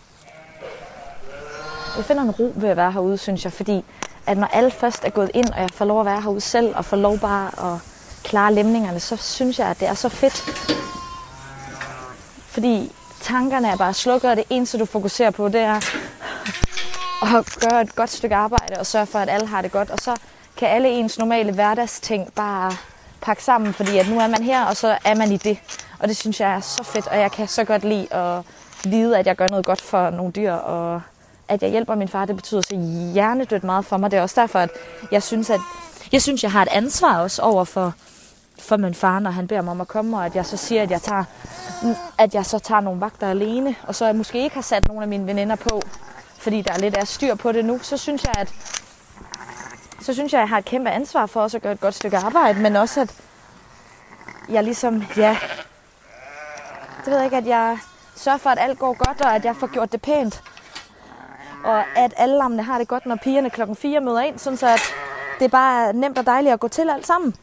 Jeg finder en ro ved at være herude, synes jeg, fordi at når alle først er gået ind, og jeg får lov at være herude selv, og får lov bare at klare lemningerne, så synes jeg, at det er så fedt. Fordi tankerne er bare slukket, og det eneste, du fokuserer på, det er at gøre et godt stykke arbejde, og sørge for, at alle har det godt. Og så kan alle ens normale hverdagsting bare pakke sammen, fordi at nu er man her, og så er man i det. Og det synes jeg er så fedt, og jeg kan så godt lide at vide, at jeg gør noget godt for nogle dyr, og at jeg hjælper min far, det betyder så hjernedødt meget for mig. Det er også derfor, at jeg synes, at jeg synes, jeg har et ansvar også over for, for min far, når han beder mig om at komme, og at jeg så siger, at jeg tager, at jeg så tager nogle vagter alene, og så jeg måske ikke har sat nogle af mine veninder på, fordi der er lidt af styr på det nu, så synes jeg, at så synes jeg, at jeg har et kæmpe ansvar for også at gøre et godt stykke arbejde, men også, at jeg ligesom, ja, det ved jeg ikke, at jeg sørger for, at alt går godt, og at jeg får gjort det pænt. Og at alle lammene har det godt, når pigerne klokken fire møder ind, sådan så at det bare er nemt og dejligt at gå til alt sammen.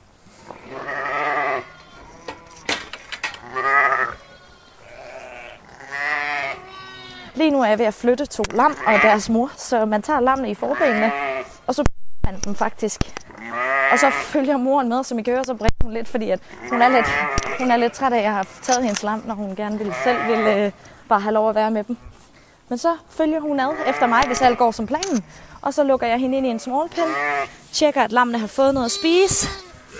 Lige nu er jeg ved at flytte to lam og deres mor, så man tager lammene i forbenene, og så man dem faktisk. Og så følger moren med, som I kan høre, så brænder hun lidt, fordi at hun, er lidt, hun er lidt træt af, at jeg har taget hendes lam, når hun gerne vil selv vil øh, bare have lov at være med dem. Men så følger hun ad efter mig, hvis alt går som planen. Og så lukker jeg hende ind i en small pen, tjekker, at lammene har fået noget at spise,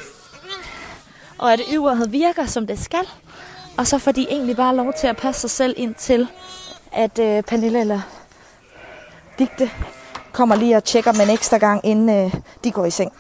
og at yveret virker, som det skal. Og så får de egentlig bare lov til at passe sig selv ind til, at øh, Pernille eller Digte kommer lige og tjekker dem en ekstra gang, inden øh, de går i seng.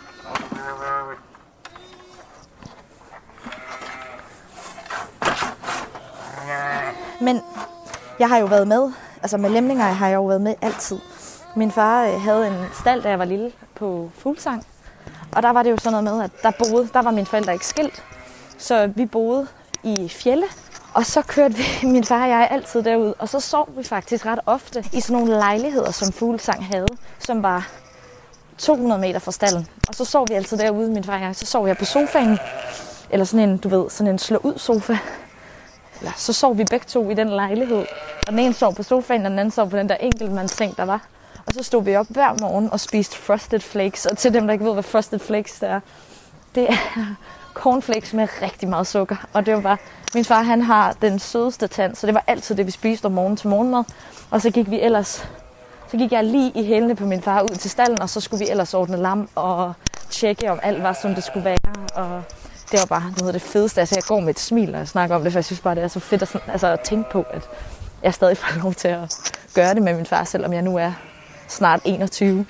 Men jeg har jo været med, altså med lemninger har jeg jo været med altid. Min far øh, havde en stald, da jeg var lille, på Fuglsang. Og der var det jo sådan noget med, at der boede, der var mine forældre ikke skilt. Så vi boede i Fjelle. Og så kørte vi, min far og jeg, altid derud. Og så sov vi faktisk ret ofte i sådan nogle lejligheder, som Fuglsang havde, som var to hundrede meter fra stallen. Og så sov vi altid derude, min far og jeg. Så sov jeg på sofaen, eller sådan en, du ved, sådan en slå-ud sofa. Eller så sov vi begge to i den lejlighed. Og den ene sov på sofaen, og den anden sov på den der enkeltmandsseng, der var. Og så stod vi op hver morgen og spiste Frosted Flakes. Og til dem, der ikke ved, hvad Frosted Flakes er, det er cornflakes med rigtig meget sukker. Og det var bare, min far han har den sødeste tand, så det var altid det, vi spiste om morgenen til morgenmad. Og så gik vi ellers, så gik jeg lige i hælene på min far ud til stallen, og så skulle vi ellers ordne lam og tjekke, om alt var, som det skulle være. Og det var bare noget af det fedeste. Altså, jeg går med et smil, når jeg snakker om det, for jeg synes bare, det er så fedt at, sådan, altså, at tænke på, at jeg stadig får lov til at gøre det med min far, selvom jeg nu er snart enogtyve.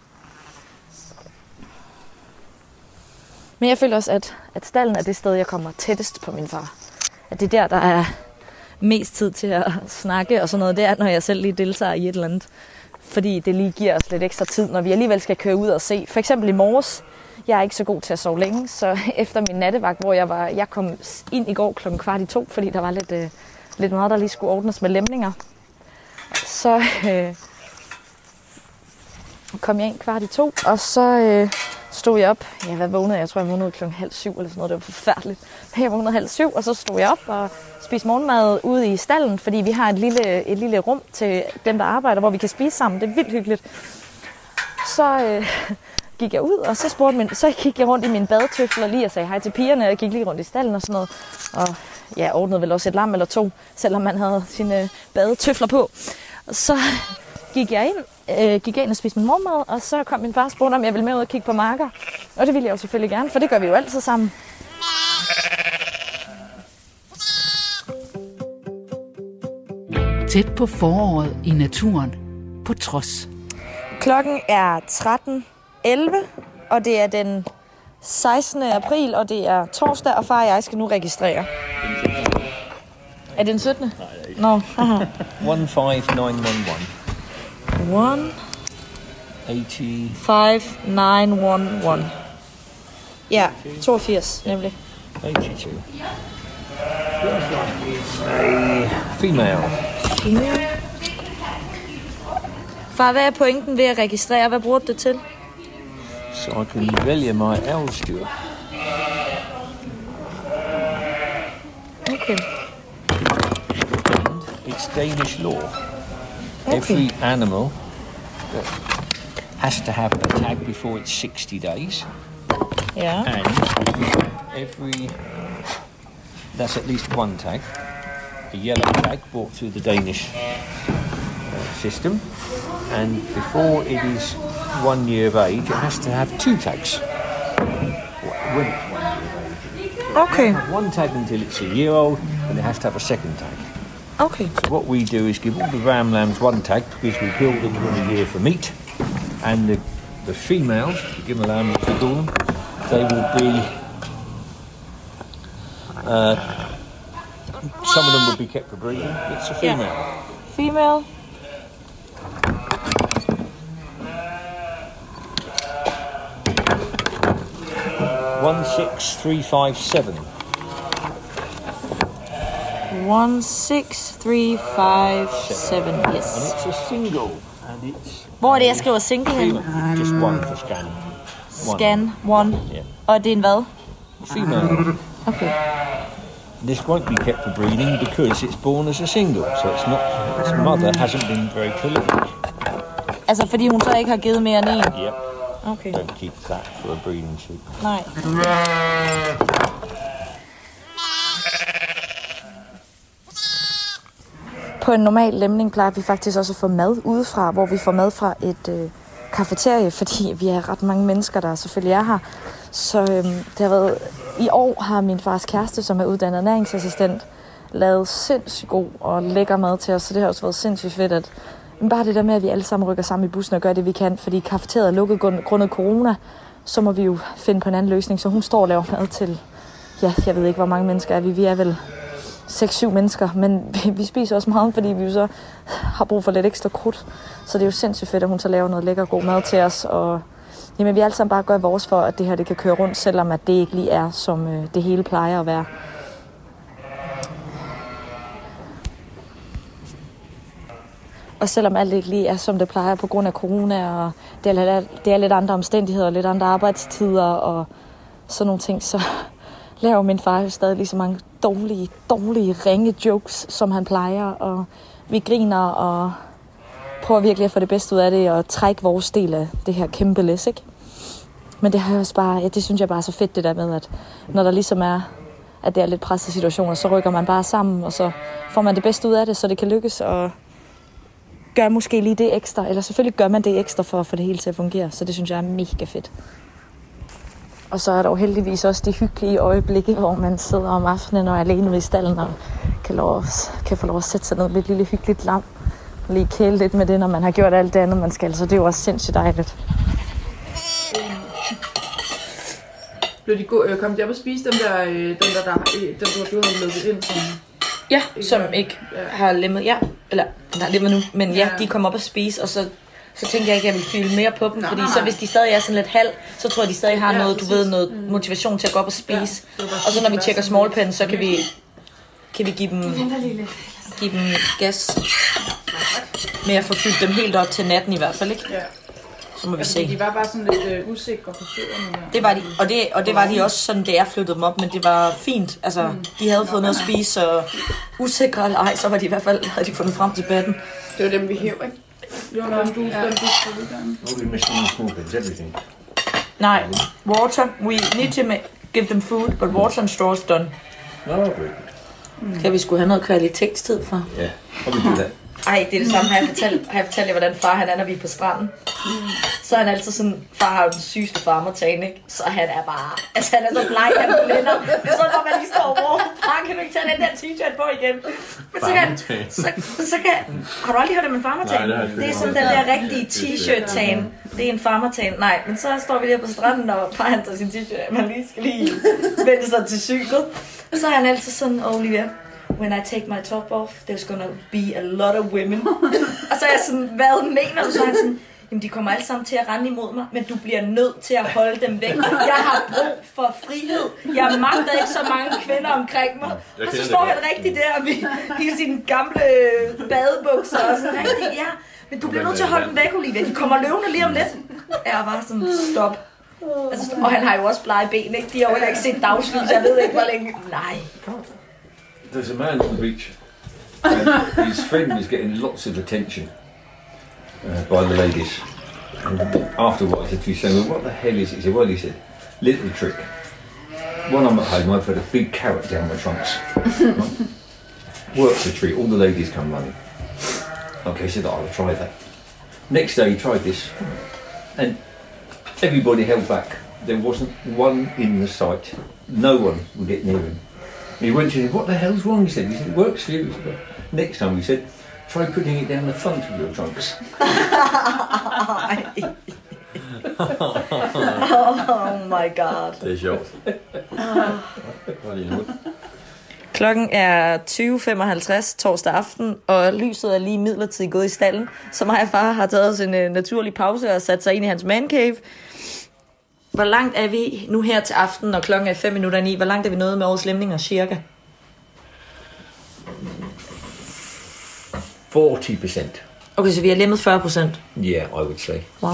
Men jeg føler også, at, at stallen er det sted, jeg kommer tættest på min far. At det er der, der er mest tid til at snakke og sådan noget. Det er, når jeg selv lige deltager i et eller andet. Fordi det lige giver os lidt ekstra tid, når vi alligevel skal køre ud og se. For eksempel i morges. Jeg er ikke så god til at sove længe, så efter min nattevagt, hvor jeg var, jeg kom ind i går klokken kvart i to, fordi der var lidt, øh, lidt meget, der lige skulle ordnes med lemninger. Så øh, kom jeg ind kvart i to, og så øh, stod jeg op. Ja, hvad vågnede jeg? Jeg tror, jeg vågnede klokken halv syv eller sådan noget. Det var forfærdeligt. Jeg vågnede halv syv, og så stod jeg op og spiste morgenmad ude i stallen, fordi vi har et lille, et lille rum til dem, der arbejder, hvor vi kan spise sammen. Det er vildt hyggeligt. Så øh, gik jeg ud, og så, spurgte min, så gik jeg rundt i mine badetøfler lige og sagde hej til pigerne, og gik lige rundt i stallen og sådan noget. Og ja, ordnede vel også et lam eller to, selvom man havde sine badetøfler på. Og så gik jeg ind, øh, gik jeg ind og spiste min morgenmad, og så kom min far og spurgte, om jeg ville med ud og kigge på marker. Og det ville jeg jo selvfølgelig gerne, for det gør vi jo altid sammen. Tæt på foråret i naturen, på trods. Klokken er tretten elleve, og det er den sekstende april, og det er torsdag, og far og jeg skal nu registrere. Er det den syttende? Nej, det er ikke. Nå, one five nine one one. one eighty. five nine one one. Ja, toogfirs nemlig. eighty-two. A female. Female. Far, hvad er pointen ved at registrere? Hvad bruger du det til? So I can vælge my elstyr. Okay. It's Danish law. Okay. Every animal has to have a tag before it's sixty days. Ja. And every, that's at least one tag, a yellow tag brought through the Danish uh, system. And before it is one year of age, it has to have two tags. When it's one year of age. Okay. It has one tag until it's a year old, and it has to have a second tag. Okay. So what we do is give all the ram lambs one tag because we kill them in a year for meat, and the the females, the gimmer lambs as we call them, they will be. Uh, some of them will be kept for breeding. It's a female. Yeah. Female. One six three five seven. One six three five seven. And Yes. it's a single, and it's Hvor er det, jeg skriver single hen? female. Just one for scan. One. Scan one. Yeah. Og det er en hvad? Female. Okay. This won't be kept for breeding because it's born as a single, so it's not. Its mother hasn't been very prolific. Altså fordi hun så ikke har givet mere end en? Yep. Okay. Don't keep that for a breeding sheep. Nej. På en normal lemning plejer vi faktisk også at få mad udefra, hvor vi får mad fra et øh, kafeterie, fordi vi er ret mange mennesker, der selvfølgelig er her. Så øh, det har været, i år har min fars kæreste, som er uddannet ernæringsassistent, lavet sindssygt god og lækker mad til os, så det har også været sindssygt fedt, at men bare det der med, at vi alle sammen rykker sammen i bussen og gør det, vi kan, fordi kafeteriet er lukket grundet corona, så må vi jo finde på en anden løsning. Så hun står og laver mad til, ja, jeg ved ikke, hvor mange mennesker er vi. Vi er vel seks syv mennesker, men vi, vi spiser også meget, fordi vi jo så har brug for lidt ekstra krudt. Så det er jo sindssygt fedt, at hun så laver noget lækker god mad til os. Og jamen, vi alle sammen bare gør vores for, at det her det kan køre rundt, selvom at det ikke lige er, som øh, det hele plejer at være. Og selvom alt ikke lige er, som det plejer på grund af corona, og det er, det er lidt andre omstændigheder, og lidt andre arbejdstider, og sådan nogle ting, så laver min far jo stadig lige så mange dårlige, dårlige, ringe jokes, som han plejer, og vi griner, og prøver virkelig at få det bedste ud af det, og trække vores del af det her kæmpe læs, ikke? Men det har jeg også bare, ja, det synes jeg bare er så fedt, det der med, at når der ligesom er, at det er lidt pressede situationer, så rykker man bare sammen, og så får man det bedste ud af det, så det kan lykkes, og gør måske lige det ekstra, eller selvfølgelig gør man det ekstra for at få det hele til at fungere, så det synes jeg er mega fedt. Og så er der jo heldigvis også de hyggelige øjeblikke, hvor man sidder om aftenen og er alene ude i stallen og kan, lov, kan få lov at sætte sig ned med et lille hyggeligt lam og lige kæle lidt med det, når man har gjort alt det andet, man skal. Så det er jo også sindssygt dejligt. Blev de gå, øh, kom de op og spise dem der, øh, dem der, der, øh, dem der du havde lukket ind? Som, ja, som ikke ja. har lemmet, ja, eller der er lemmet nu, men ja, ja, de kom op og spise, og så, så tænkte jeg ikke, at jeg ville fylde mere på dem, nej, fordi nej, så hvis de stadig er sådan lidt halv, så tror jeg, de stadig har ja, noget, du ved, noget mm. motivation til at gå op og spise. Ja, og så når vi tjekker smallpen, så kan vi, kan vi give dem, give dem gas med at få fyldt dem helt op til natten i hvert fald, ikke? Ja. Så må vi se. De var bare sådan lidt øh, usikre på fødderne. Det var de, og det, og det var de også sådan, da jeg flyttede dem op, men det var fint. Altså, mm. de havde fået noget at spise, og usikre eller ej, så var de i hvert fald, havde de fundet frem til batten. Det var dem, vi hæv, ikke? Det var dem, du stemte på udgangen. All the machine smokers, everything. Nej, water. We need to make, give them food, but water and straw is done. No, okay. Mm. Kan vi skulle have noget kvalitetstid for? Ja, yeah. How we do that? Ej, det er det samme. Har jeg fortalt, har jeg fortalt jer, hvordan far han er, når vi er på stranden? Mm. Så er han altid sådan, far har jo den sygeste farmertagen, ikke? Så han er bare, altså han er så bleg, han blænder. Så når man lige står over, far, kan du ikke tage den der t-shirt på igen? Men så kan, så, så kan, har du aldrig hørt om en farmertagen? Nej, det, det er sådan den der rigtige t-shirt-tagen. Det er en farmertagen. Nej, men så står vi der på stranden, og far han tager sin t-shirt, man lige skal lige vende sig til cyklet. Så er han altid sådan, Olivia, when I take my top off, there's gonna be a lot of women. Og så er jeg sådan, hvad mener du? Så er han sådan, jamen de kommer alle sammen til at rende imod mig, men du bliver nødt til at holde dem væk. Jeg har brug for frihed. Jeg magter ikke så mange kvinder omkring mig. Og så står han rigtig der med hele sine gamle badebukser og sådan rigtig, ja, men du bliver nødt til at holde dem væk, Olivia. De kommer løvende lige om lidt. Jeg var sådan, stop. Altså, og han har jo også blege ben, ikke? De har jo heller ikke set dagslys, jeg ved ikke, hvor længe. Nej. There's a man on the beach, and his friend is getting lots of attention uh, by the ladies. And afterwards, if you say, well, what the hell is it? He said, well, he said, little trick. When I'm at home, I put a big carrot down my trunks. Right? Works the treat, all the ladies come running. Okay, he said, I'll try that. Next day, he tried this, and everybody held back. There wasn't one in the sight. No one would get near him. He went to him, what the hell's wrong? He said, he said, it works for you. Next time, he said, try putting it down the front of your trunks. Oh my god. Det er sjovt. Klokken er tyve femoghalvtreds torsdag aften, og lyset er lige midlertidigt gået i stallen. Så mig og far har taget os en uh, naturlig pause og sat sig ind i hans man cave. Hvor langt er vi nu her til aften, når klokken er fem minutter ni? Hvor langt er vi nået med vores lemninger, cirka? forty percent. Okay, så vi har lemmet fyrre procent? Yeah, I would say. Wow.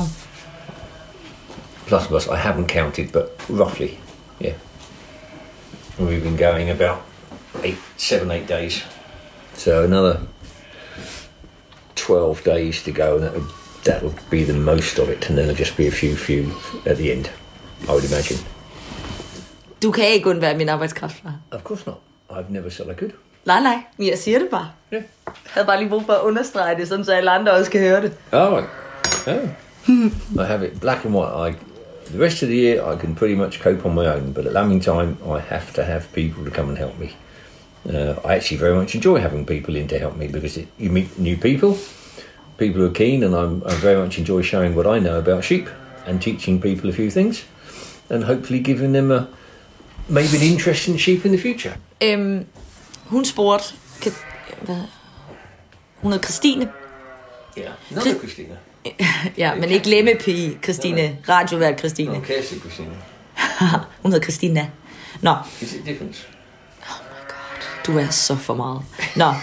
Plus plus, I haven't counted, but roughly, yeah. We've been going about eight, seven, eight days. So another twelve days to go, and that'll, that'll be the most of it, and then there'll just be a few, few at the end, I would imagine. Du kan ikke undvære min arbejdskraft, far. Of course not. I've never said I could. Nej, nej, men jeg siger det bare. Yeah. Jeg havde bare lige brug for at understrege det, sådan så alle andre også kan høre det. Oh, oh. I have it black and white. I, the rest of the year I can pretty much cope on my own, but at lambing time I have to have people to come and help me. Uh, I actually very much enjoy having people in to help me because it, you meet new people, people who are keen, and I'm, I very much enjoy showing what I know about sheep and teaching people a few things, and hopefully giving them a maybe an interest in sheep in the future. Øhm, hun spurgte, kan, hvad? Hun hedder Christine. Ja, yeah. Nå, Christine. Ja, men ikke lemmepige Christine, radiovært Christine. Okay, så Christine. Hun hedder Christina. Nå. Is it different? Oh my god, du er så for meget. Nå.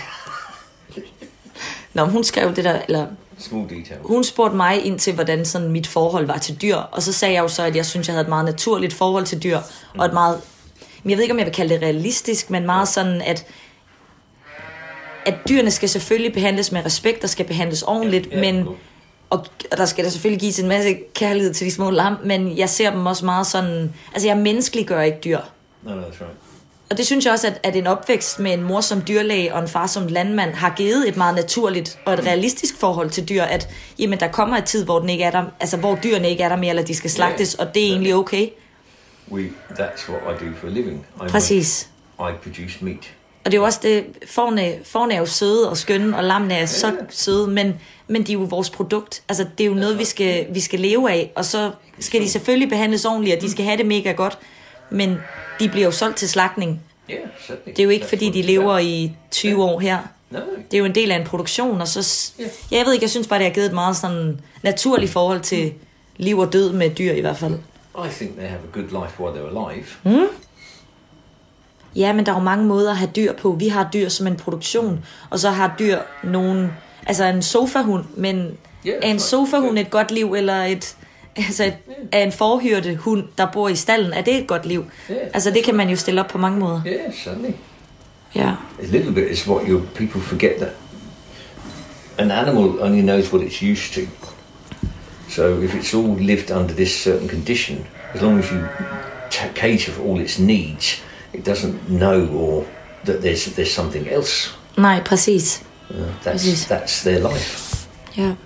Nå, hun skrev det der, eller... Small detail. Hun spurgte mig ind til, hvordan sådan mit forhold var til dyr, og så sagde jeg jo så, at jeg synes, jeg havde et meget naturligt forhold til dyr, og et meget... Jeg ved ikke, om jeg vil kalde det realistisk, men meget sådan, at... at dyrene skal selvfølgelig behandles med respekt, og skal behandles ordentligt, ja, ja, men... Og, og der skal der selvfølgelig gives en masse kærlighed til de små lam, men jeg ser dem også meget sådan... Altså, jeg menneskeliggør ikke dyr. No, no, that's right. Og det synes jeg også, at, at en opvækst med en mor som dyrlæge og en far som landmand har givet et meget naturligt og et realistisk forhold til dyr, at jamen, der kommer et tid, hvor, den ikke er der, altså, hvor dyrene ikke er der mere, eller de skal slagtes, yeah. og det er egentlig okay. We, that's what I do for a living. I Præcis. Work, I produce meat. Og det er jo også det, forne, forne er jo søde og skønne, og lammene er så yeah. søde, men, men de er jo vores produkt. Altså, det er jo noget, vi skal, vi skal leve af, og så skal de selvfølgelig behandles ordentligt, og de skal have det mega godt, men de bliver jo solgt til slagtning. Yeah, det er jo ikke, fordi de lever i tyve år her. Det er jo en del af en produktion, og så... Jeg ved ikke, jeg synes bare, det har givet et meget sådan naturligt forhold til liv og død med dyr i hvert fald. I think they have a good life while they're alive. Mm? Ja, men der er jo mange måder at have dyr på. Vi har dyr som en produktion, og så har dyr nogen... Altså en sofahund, men er en sofahund et godt liv, eller et... Altså, et, er en forhyrte hund, der bor i stallen, er det et godt liv? Yeah. Altså, det kan man jo stille op på mange måder. Yeah, certainly. Yeah. A little bit is what your people forget, that an animal only knows what it's used to. So if it's all lived under this certain condition, as long as you t- cater for all its needs, it doesn't know or that there's there's something else. Nej, præcis. Uh, that's præcis. that's their life. Ja. Yeah.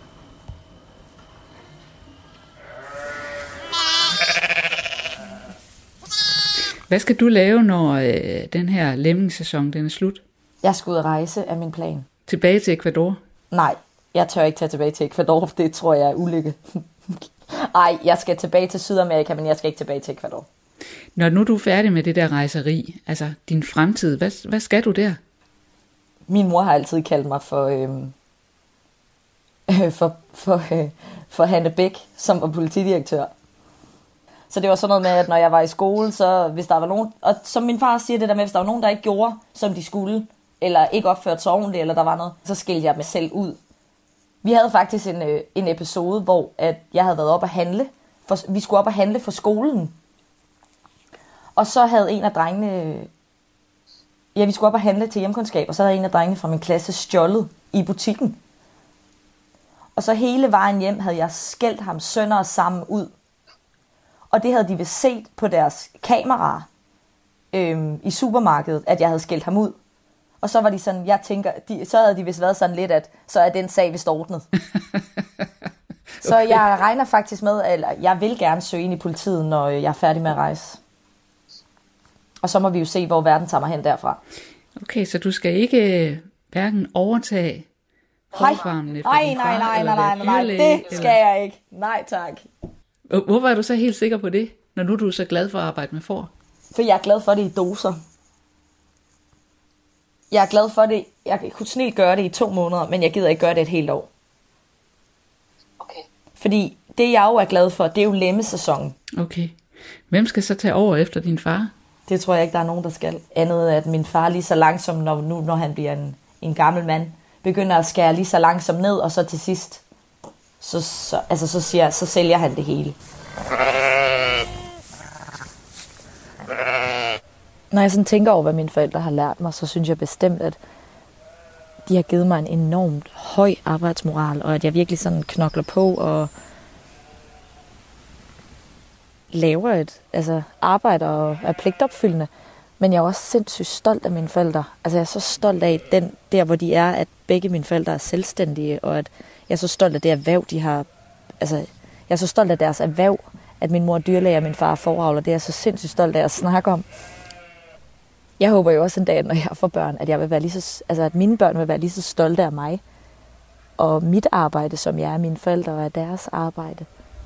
Hvad skal du lave, når øh, den her lemmingesæson den er slut? Jeg skal ud og rejse af min plan. Tilbage til Ecuador? Nej, jeg tør ikke tage tilbage til Ecuador, for det tror jeg er ulykke. Ej, jeg skal tilbage til Sydamerika, men jeg skal ikke tilbage til Ecuador. Når nu du er færdig med det der rejseri, altså din fremtid, hvad, hvad skal du der? Min mor har altid kaldt mig for, øhm, øh, for, for, øh, for Hanne Bæk, som var politidirektør. Så det var sådan noget med, at når jeg var i skole, så hvis der var nogen... Og som min far siger det der med, hvis der var nogen, der ikke gjorde, som de skulle, eller ikke opførte sig ordentligt, eller der var noget, så skældte jeg mig selv ud. Vi havde faktisk en, øh, en episode, hvor at jeg havde været op at handle. For, vi skulle op at handle for skolen. Og så havde en af drengene... Ja, vi skulle op at handle til hjemkundskab, og så havde en af drengene fra min klasse stjålet i butikken. Og så hele vejen hjem havde jeg skældt ham sønder og sammen ud. Og det havde de vist set på deres kameraer øhm, i supermarkedet, at jeg havde skældt ham ud. Og så var de sådan, jeg tænker, de, så havde de vist været sådan lidt, at så er den sag vist ordnet. Okay. Så jeg regner faktisk med, eller jeg vil gerne søge ind i politiet, når jeg er færdig med at rejse. Og så må vi jo se, hvor verden tager mig hen derfra. Okay, så du skal ikke hverken overtage forfarmene efter nej, din nej, far, nej, eller nej, nej, nej, dyrlæge, det skal eller... jeg ikke. Nej, tak. Hvorfor er du så helt sikker på det, når nu du er så glad for at arbejde med får? For jeg er glad for det i doser. Jeg er glad for det. Jeg kunne snildt gøre det i to måneder, men jeg gider ikke gøre det et helt år. Okay. Fordi det, jeg jo er glad for, det er jo lemmesæsonen. Okay. Hvem skal så tage over efter din far? Det tror jeg ikke, der er nogen, der skal. Andet at min far lige så langsomt, når, nu når han bliver en, en gammel mand, begynder at skære lige så langsomt ned, og så til sidst, så, så, altså, så, siger, så sælger han det hele. Når jeg sådan tænker over, hvad mine forældre har lært mig, så synes jeg bestemt, at de har givet mig en enormt høj arbejdsmoral, og at jeg virkelig sådan knokler på og laver et altså arbejder og er pligtopfyldende. Men jeg er også sindssygt stolt af mine forældre. Altså jeg er så stolt af den der, hvor de er, at begge mine forældre er selvstændige, og at jeg er så stolt af det erhverv, de har. Altså jeg er så stolt af deres erhverv, at min mor er dyrlæge og min far er fåreavler. Det er jeg så sindssygt stolt af at snakke om. Jeg håber jo også en dag, når jeg får børn, at jeg vil være lige så, altså at mine børn vil være lige så stolte af mig og mit arbejde, som jeg er mine forældre og af deres arbejde.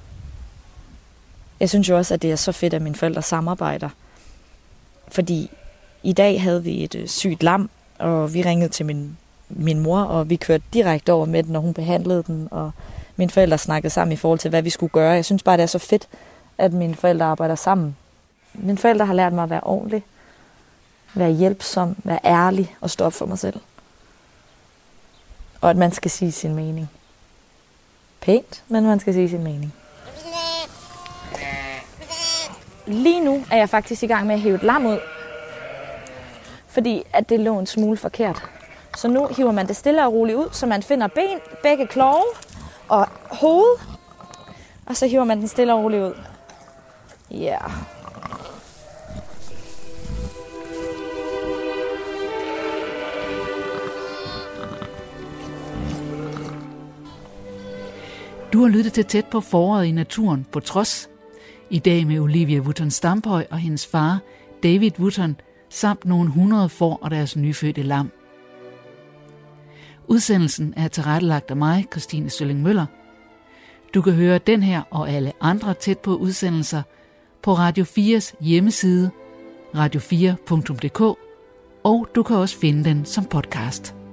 Jeg synes jo også, at det er så fedt, at mine forældre samarbejder. Fordi i dag havde vi et øh, sygt lam, og vi ringede til min, min mor, og vi kørte direkte over med den, når hun behandlede den, og mine forældre snakkede sammen i forhold til, hvad vi skulle gøre. Jeg synes bare, det er så fedt, at mine forældre arbejder sammen. Mine forældre har lært mig at være ordentlig, være hjælpsom, være ærlig og stå op for mig selv. Og at man skal sige sin mening. Pænt, men man skal sige sin mening. Lige nu er jeg faktisk i gang med at hive et lam ud, fordi at det lå en smule forkert. Så nu hiver man det stille og roligt ud, så man finder ben, begge klove, og hoved. Og så hiver man den stille og roligt ud. Ja. Yeah. Du har lyttet til Tæt på foråret i naturen på Trods. I dag med Olivia Wootton Stamphøj og hendes far, David Wootton, samt nogle hundrede får og deres nyfødte lam. Udsendelsen er tilrettelagt af mig, Christine Sølling Møller. Du kan høre den her og alle andre Tæt på udsendelser på Radio fires hjemmeside radio fire punktum d k, og du kan også finde den som podcast.